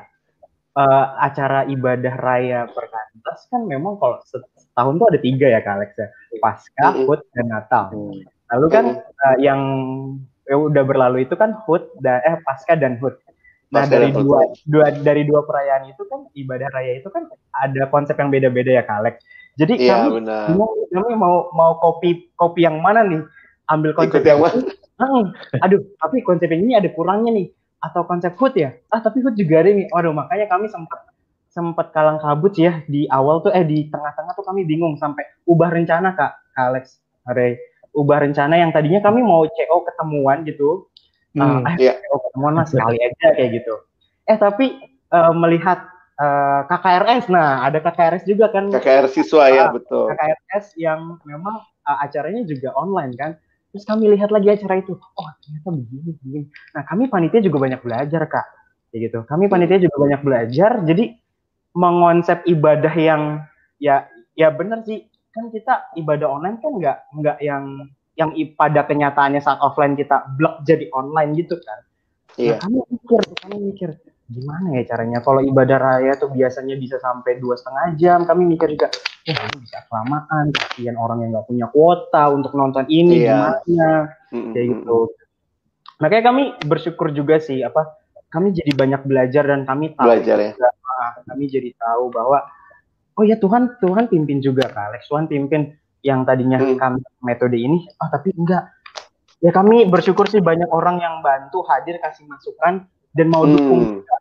acara ibadah raya Perkantas kan memang kalau setahun tuh ada 3 ya, Kak Alex ya. Paskah, Hut, dan Natal. Lalu kan yang udah berlalu itu kan Paskah dan Hut. Nah, dari dua perayaan itu kan, ibadah raya itu kan ada konsep yang beda-beda ya, Kak Alex. Jadi kami mau kopi yang mana nih? Ambil konsep yang mana? Tapi konsep yang ini ada kurangnya nih. Atau konsep Hut ya? Tapi Hut juga ada nih. Waduh, makanya kami sempat kalang kabut ya di awal tuh, di tengah-tengah tuh kami bingung sampai ubah rencana, Kak Alex. Ubah rencana yang tadinya kami mau CO ketemuan gitu. CO ketemuan mas sekali aja kayak gitu. Tapi melihat KKRS, ada KKRS juga kan. KKRS siswa ya, betul. KKRS yang memang acaranya juga online kan. Terus kami lihat lagi acara itu, ternyata begini. Nah, kami panitia juga banyak belajar, Kak. Kayak gitu. Kami panitia juga banyak belajar, jadi mengonsep ibadah yang ya benar sih. Kan kita ibadah online kan nggak yang pada kenyataannya saat offline kita blok jadi online gitu kan. Iya. Nah, kami mikir gimana ya caranya kalau ibadah raya tuh biasanya bisa sampai 2,5 jam. Kami mikir juga ini bisa kelamaan, kasihan orang yang nggak punya kuota untuk nonton ini gimana kayak gitu. Makanya kami bersyukur juga sih kami jadi banyak belajar dan kami tahu kami jadi tahu bahwa Tuhan pimpin juga, Kak Alex. Tuhan pimpin yang tadinya kami metode ini tapi enggak. Ya kami bersyukur sih banyak orang yang bantu hadir kasih masukan dan mau dukung.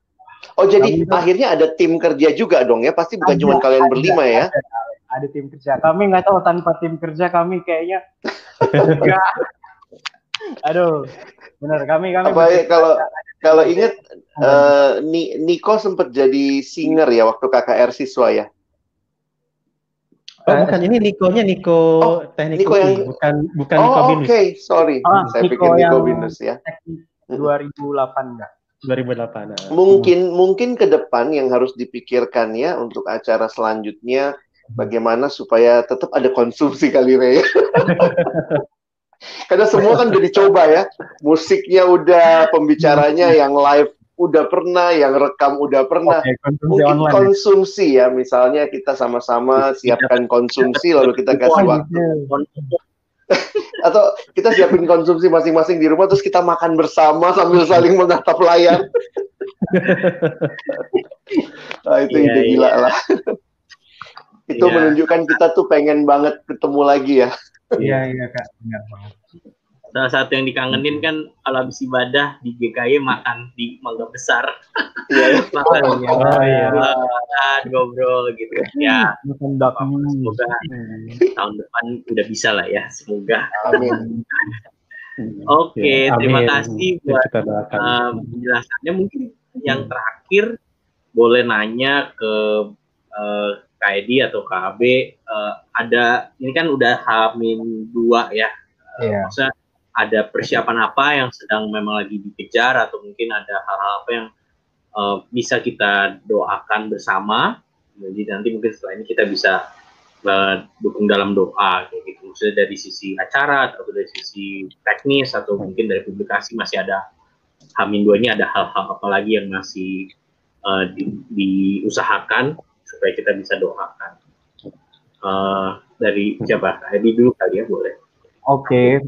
Oh, jadi akhirnya ada tim kerja juga dong ya? Pasti bukan cuma kalian berlima ya? Ada tim kerja. Kami nggak tahu, tanpa tim kerja kami kayaknya enggak. Aduh, benar kami. Apa kalau ingat Niko sempat jadi singer ya waktu KKR siswa ya? Oh, bukan, ini Niko-nya Niko Teknik Niko yang bukan Niko Binus. Oke, sorry. Saya pikir Niko Binus ya. 2008 enggak? 2008. Mungkin ke depan yang harus dipikirkan ya untuk acara selanjutnya bagaimana supaya tetap ada konsumsi kali Ray. Karena semua kan udah dicoba ya. Musiknya udah, pembicaranya yang live udah pernah, yang rekam udah pernah. Mungkin konsumsi ya, misalnya kita sama-sama siapkan konsumsi lalu kita kasih waktu. Atau kita siapin konsumsi masing-masing di rumah terus kita makan bersama sambil saling menatap layar. Nah, itu ide gila lah. Itu menunjukkan kita tuh pengen banget ketemu lagi ya. Iya Kak, benar banget. Salah satu yang dikangenin kan kalau habis ibadah di GKY makan di Mangga Besar. Iya. Makan ngobrol gitu ya. Semoga tahun depan udah bisa lah ya. Semoga. Amin. Oke, terima kasih buat penjelasannya. Mungkin yang terakhir boleh nanya ke Kak Edi atau Kak Abe, ada ini kan udah H-2 ya. Maksudnya ada persiapan apa yang sedang memang lagi dikejar atau mungkin ada hal-hal apa yang bisa kita doakan bersama. Jadi nanti mungkin setelah ini kita bisa dukung dalam doa kayak gitu. Maksudnya dari sisi acara atau dari sisi teknis atau mungkin dari publikasi masih ada H-2-nya, ada hal-hal apa lagi yang masih diusahakan supaya kita bisa doakan. Dari siapa? Edi dulu kali ya, boleh. Oke,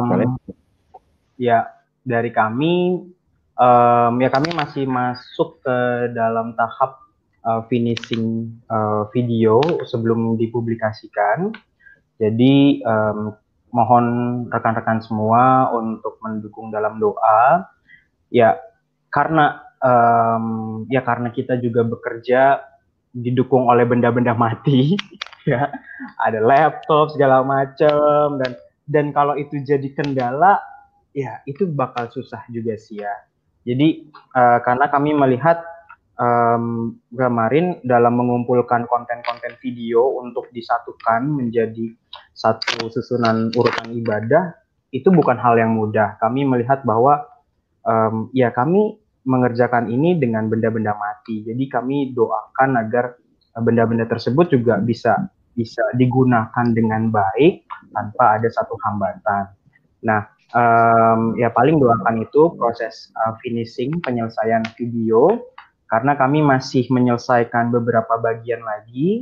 ya dari kami, ya kami masih masuk ke dalam tahap finishing video sebelum dipublikasikan. Jadi mohon rekan-rekan semua untuk mendukung dalam doa. Ya karena kita juga bekerja didukung oleh benda-benda mati, ya ada laptop segala macam dan kalau itu jadi kendala, ya itu bakal susah juga sih ya. Jadi karena kami melihat kemarin dalam mengumpulkan konten-konten video untuk disatukan menjadi satu susunan urutan ibadah, itu bukan hal yang mudah. Kami melihat bahwa ya kami mengerjakan ini dengan benda-benda mati. Jadi kami doakan agar benda-benda tersebut juga bisa digunakan dengan baik tanpa ada satu hambatan. Nah, ya paling doakan itu proses finishing, penyelesaian video, karena kami masih menyelesaikan beberapa bagian lagi.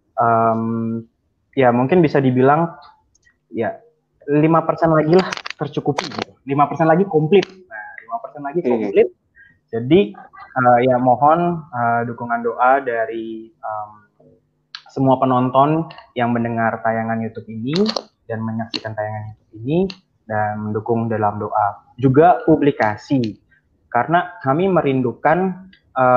Ya mungkin bisa dibilang ya 5% lagi lah tercukupi. 5% lagi komplit. Nah, 5% lagi komplit. Jadi ya mohon dukungan doa dari semua penonton yang mendengar tayangan YouTube ini dan menyaksikan tayangan YouTube ini dan mendukung dalam doa. Juga publikasi, karena kami merindukan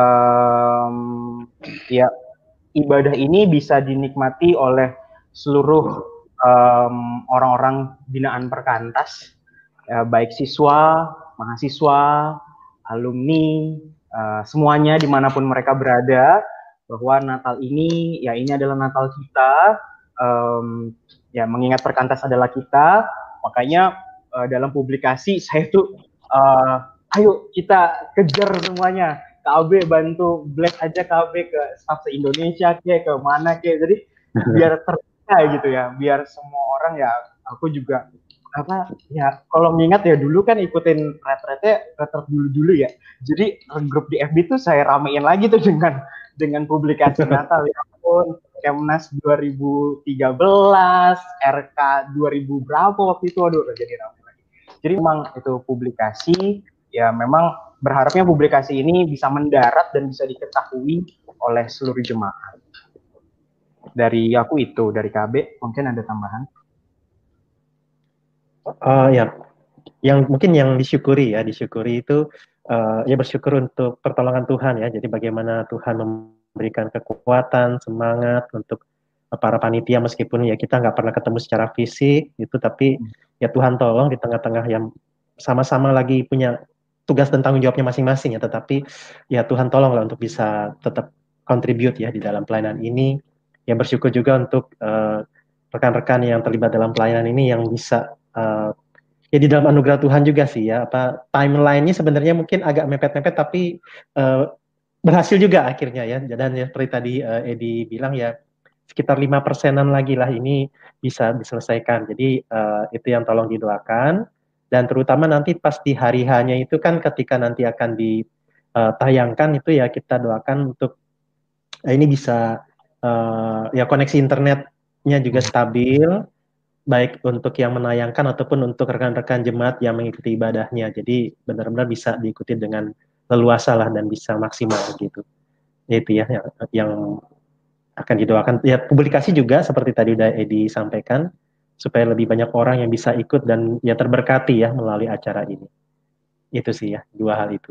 ya ibadah ini bisa dinikmati oleh seluruh orang-orang binaan Perkantas, baik siswa, mahasiswa, alumni, semuanya dimanapun mereka berada, bahwa Natal ini, ya ini adalah Natal kita, ya mengingat Perkantas adalah kita, makanya dalam publikasi saya tuh, ayo kita kejar semuanya, KB bantu blast aja KB ke staff se-Indonesia ke mana jadi biar terbuka gitu ya, biar semua orang ya, aku juga ya kalau mengingat ya dulu kan ikutin retret dulu ya, jadi grup di FB tuh saya ramein lagi tuh dengan publikasi Natal ya pun Kemnas 2013, RK 2000 berapa waktu itu, aduh jadi ramai lagi. Jadi memang itu publikasi ya, memang berharapnya publikasi ini bisa mendarat dan bisa diketahui oleh seluruh jemaat. Dari aku itu, dari KB mungkin ada tambahan. Ya, yang mungkin yang disyukuri itu ya bersyukur untuk pertolongan Tuhan ya. Jadi bagaimana Tuhan memberikan kekuatan, semangat untuk para panitia meskipun ya kita nggak pernah ketemu secara fisik itu, tapi ya Tuhan tolong di tengah-tengah yang sama-sama lagi punya tugas dan tanggung jawabnya masing-masing ya, tetapi ya Tuhan tolonglah untuk bisa tetap contribute ya di dalam pelayanan ini. Ya bersyukur juga untuk rekan-rekan yang terlibat dalam pelayanan ini yang bisa ya di dalam anugerah Tuhan juga sih ya, apa timeline-nya sebenarnya mungkin agak mepet-mepet tapi berhasil juga akhirnya ya. Dan ya seperti tadi Edi bilang ya sekitar 5%-an lagi lah ini bisa diselesaikan. Jadi itu yang tolong didoakan, dan terutama nanti pas di hari H-nya itu kan ketika nanti akan ditayangkan itu ya kita doakan untuk ini bisa ya koneksi internetnya juga stabil, baik untuk yang menayangkan ataupun untuk rekan-rekan jemaat yang mengikuti ibadahnya. Jadi benar-benar bisa diikuti dengan leluasa lah dan bisa maksimal gitu. Itu ya yang akan didoakan. Ya publikasi juga seperti tadi udah Edi sampaikan supaya lebih banyak orang yang bisa ikut dan ya terberkati ya melalui acara ini. Itu sih ya, dua hal itu.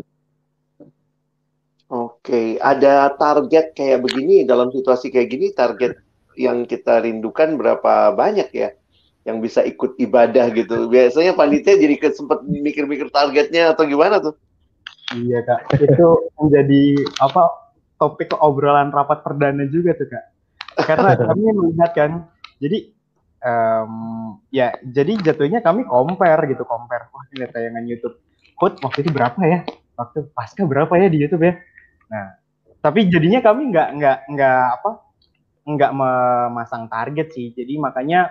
Oke, ada target kayak begini dalam situasi kayak gini, target yang kita rindukan berapa banyak ya yang bisa ikut ibadah gitu. Biasanya panitia jadi sempat mikir-mikir targetnya atau gimana tuh? Iya Kak, itu menjadi topik obrolan rapat perdana juga tuh Kak. Karena kami melihat kan, jadi ya jadi jatuhnya kami compare. Wah ini tayangan YouTube Hut waktu itu berapa ya? Waktu pasca berapa ya di YouTube ya? Nah, tapi jadinya kami nggak memasang target sih. Jadi makanya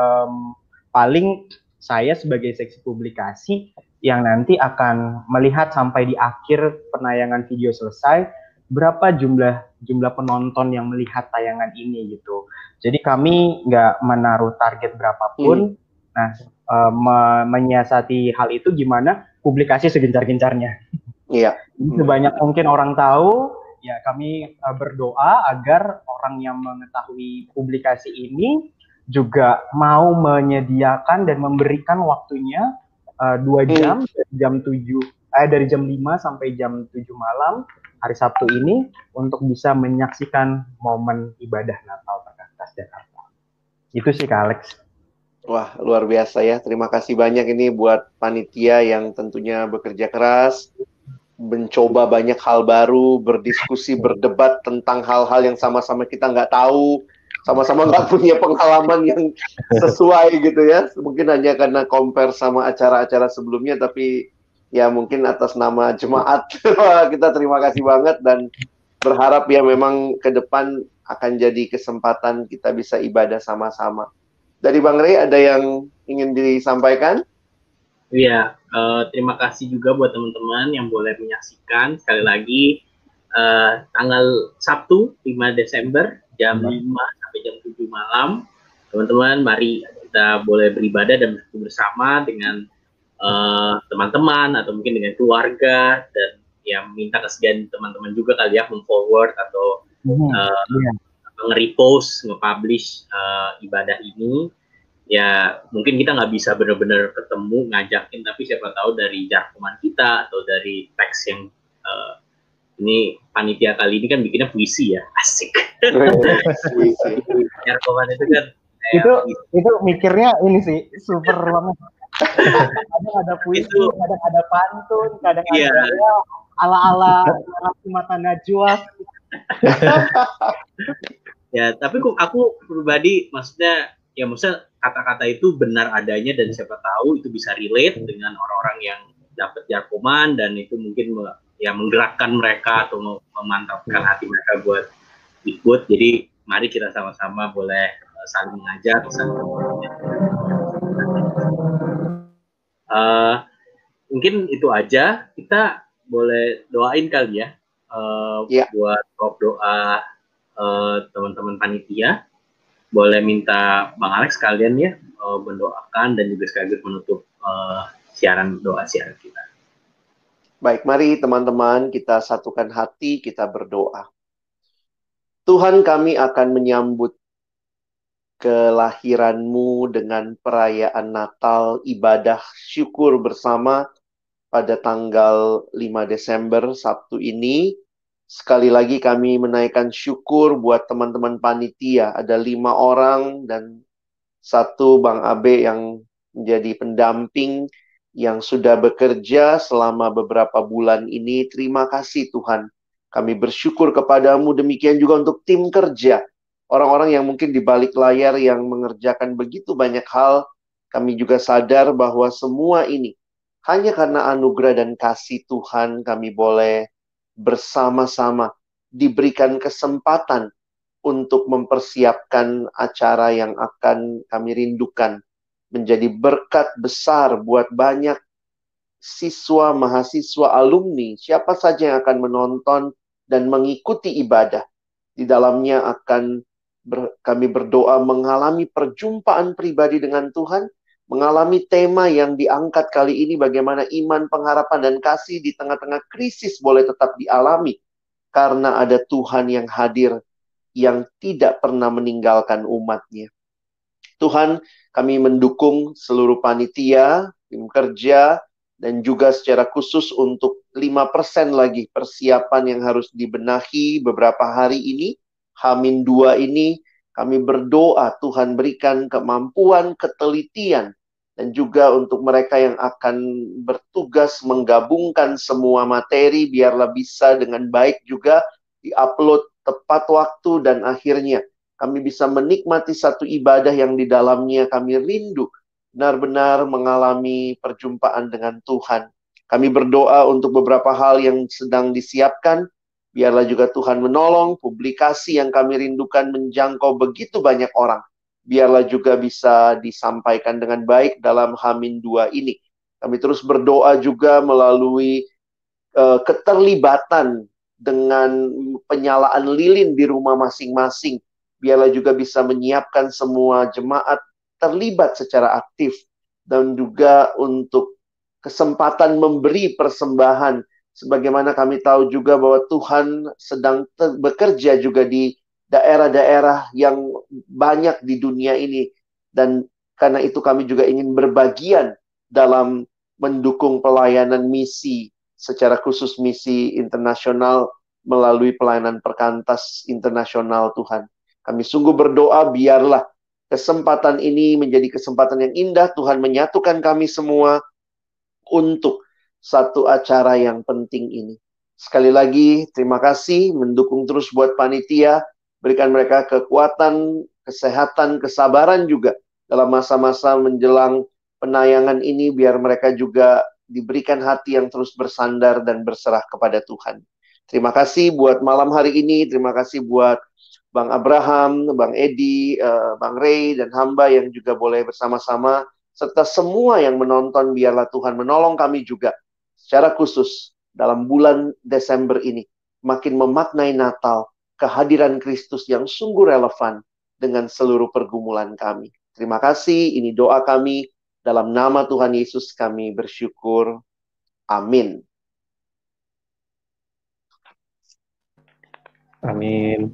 paling saya sebagai seksi publikasi yang nanti akan melihat sampai di akhir penayangan video selesai berapa jumlah penonton yang melihat tayangan ini gitu. Jadi kami nggak menaruh target berapapun. Nah, menyiasati hal itu gimana publikasi segencar-gencarnya. Iya. Sebanyak mungkin orang tahu, ya kami berdoa agar orang yang mengetahui publikasi ini juga mau menyediakan dan memberikan waktunya 2 jam dari jam 5 sampai jam 7 malam hari Sabtu ini untuk bisa menyaksikan momen ibadah Natal Perkantas Jakarta. Itu sih Kak Alex. Wah, luar biasa ya. Terima kasih banyak ini buat panitia yang tentunya bekerja keras, mencoba banyak hal baru, berdiskusi, berdebat tentang hal-hal yang sama-sama kita nggak tahu, sama-sama nggak punya pengalaman yang sesuai gitu ya. Mungkin hanya karena compare sama acara-acara sebelumnya, tapi ya mungkin atas nama jemaat kita terima kasih banget dan berharap ya memang ke depan akan jadi kesempatan kita bisa ibadah sama-sama. Dari Bang Rey ada yang ingin disampaikan? Iya, terima kasih juga buat teman-teman yang boleh menyaksikan. Sekali lagi, tanggal Sabtu 5 Desember jam 5 sampai jam 7 malam. Teman-teman, mari kita boleh beribadah dan bersama dengan teman-teman atau mungkin dengan keluarga, dan ya minta kesediaan teman-teman juga kali ya forward atau nge-repost, nge-publish ibadah ini. Ya mungkin kita nggak bisa benar-benar ketemu ngajakin, tapi siapa tahu dari jargoman kita atau dari teks yang ini panitia kali ini kan bikinnya puisi ya, asik. Jargoman itu kan itu mikirnya ini sih super banget. Kadang ada puisi, kadang ada pantun, kadang ada ala-ala mata najwa. Ya, tapi aku pribadi maksudnya kata-kata itu benar adanya dan siapa tahu itu bisa relate dengan orang-orang yang dapat jargoman dan itu mungkin ya menggerakkan mereka atau memantapkan hati mereka buat ikut. Jadi mari kita sama-sama boleh saling mengajar, mungkin itu aja. Kita boleh doain kali ya, buat doa teman-teman panitia. Boleh minta Bang Alex kalian ya mendoakan dan juga sekaligus menutup siaran kita. Baik, mari teman-teman kita satukan hati, kita berdoa. Tuhan, kami akan menyambut kelahiranmu dengan perayaan Natal, ibadah syukur bersama pada tanggal 5 Desember, Sabtu ini. Sekali lagi kami menaikkan syukur buat teman-teman panitia. Ada 5 orang dan 1 Bang Abe yang menjadi pendamping yang sudah bekerja selama beberapa bulan ini. Terima kasih Tuhan. Kami bersyukur kepadamu, demikian juga untuk tim kerja. Orang-orang yang mungkin di balik layar yang mengerjakan begitu banyak hal, kami juga sadar bahwa semua ini hanya karena anugerah dan kasih Tuhan kami boleh bersama-sama diberikan kesempatan untuk mempersiapkan acara yang akan kami rindukan. Menjadi berkat besar buat banyak siswa, mahasiswa, alumni, siapa saja yang akan menonton dan mengikuti ibadah. Di dalamnya akan kami berdoa mengalami perjumpaan pribadi dengan Tuhan, mengalami tema yang diangkat kali ini, bagaimana iman, pengharapan, dan kasih di tengah-tengah krisis boleh tetap dialami, karena ada Tuhan yang hadir, yang tidak pernah meninggalkan umatnya. Tuhan, kami mendukung seluruh panitia, tim kerja, dan juga secara khusus untuk 5% lagi persiapan yang harus dibenahi beberapa hari ini. H-2 ini, kami berdoa Tuhan berikan kemampuan, ketelitian, dan juga untuk mereka yang akan bertugas menggabungkan semua materi, biarlah bisa dengan baik juga diupload tepat waktu, dan akhirnya kami bisa menikmati satu ibadah yang di dalamnya kami rindu benar-benar mengalami perjumpaan dengan Tuhan. Kami berdoa untuk beberapa hal yang sedang disiapkan. Biarlah juga Tuhan menolong, publikasi yang kami rindukan menjangkau begitu banyak orang. Biarlah juga bisa disampaikan dengan baik dalam H-2 ini. Kami terus berdoa juga melalui keterlibatan dengan penyalaan lilin di rumah masing-masing. Biarlah juga bisa menyiapkan semua jemaat terlibat secara aktif. Dan juga untuk kesempatan memberi persembahan. Sebagaimana kami tahu juga bahwa Tuhan sedang bekerja juga di daerah-daerah yang banyak di dunia ini. Dan karena itu kami juga ingin berbagian dalam mendukung pelayanan misi, secara khusus misi internasional melalui pelayanan perkantas internasional Tuhan. Kami sungguh berdoa biarlah kesempatan ini menjadi kesempatan yang indah. Tuhan menyatukan kami semua untuk satu acara yang penting ini. Sekali lagi, terima kasih mendukung terus buat panitia. Berikan mereka kekuatan, kesehatan, kesabaran juga dalam masa-masa menjelang penayangan ini. Biar mereka juga diberikan hati yang terus bersandar dan berserah kepada Tuhan. Terima kasih buat malam hari ini. Terima kasih buat Bang Abraham, Bang Edi, Bang Ray, dan hamba yang juga boleh bersama-sama. Serta semua yang menonton, biarlah Tuhan menolong kami juga secara khusus dalam bulan Desember ini makin memaknai Natal, kehadiran Kristus yang sungguh relevan dengan seluruh pergumulan kami. Terima kasih, ini doa kami. Dalam nama Tuhan Yesus kami bersyukur. Amin. Amin.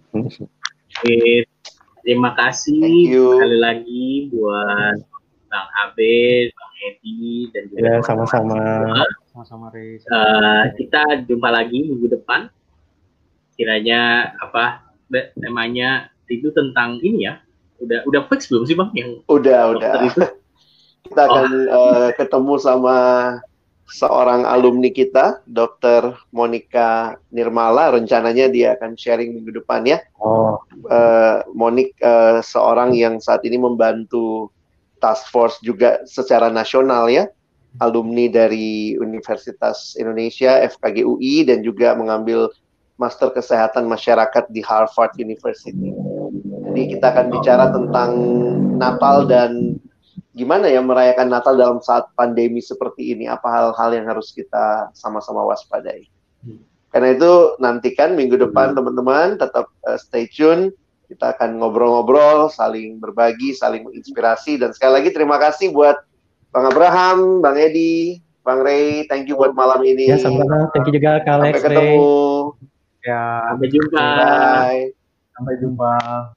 Terima kasih sekali lagi buat Bang Abe, Bang Edi, dan juga sama-sama. Sama-sama, Rey. Kita jumpa lagi minggu depan. Kiranya apa temanya itu tentang ini ya? Udah fix belum sih Bang yang udah. Itu? Kita akan ketemu sama seorang alumni kita, Dr. Monica Nirmala. Rencananya dia akan sharing minggu depan ya. Monik seorang yang saat ini membantu task force juga secara nasional ya, alumni dari Universitas Indonesia, FKG UI, dan juga mengambil Master Kesehatan Masyarakat di Harvard University. Jadi kita akan bicara tentang Natal dan gimana ya merayakan Natal dalam saat pandemi seperti ini. Apa hal-hal yang harus kita sama-sama waspadai. Karena itu nantikan minggu depan teman-teman, tetap stay tune. Kita akan ngobrol-ngobrol, saling berbagi, saling menginspirasi. Dan sekali lagi terima kasih buat Bang Abraham, Bang Edi, Bang Ray. Thank you buat malam ini. Ya, sama-sama. Thank you juga, Kak Alex. Sampai ketemu. Ya, sampai jumpa. Bye. Sampai jumpa.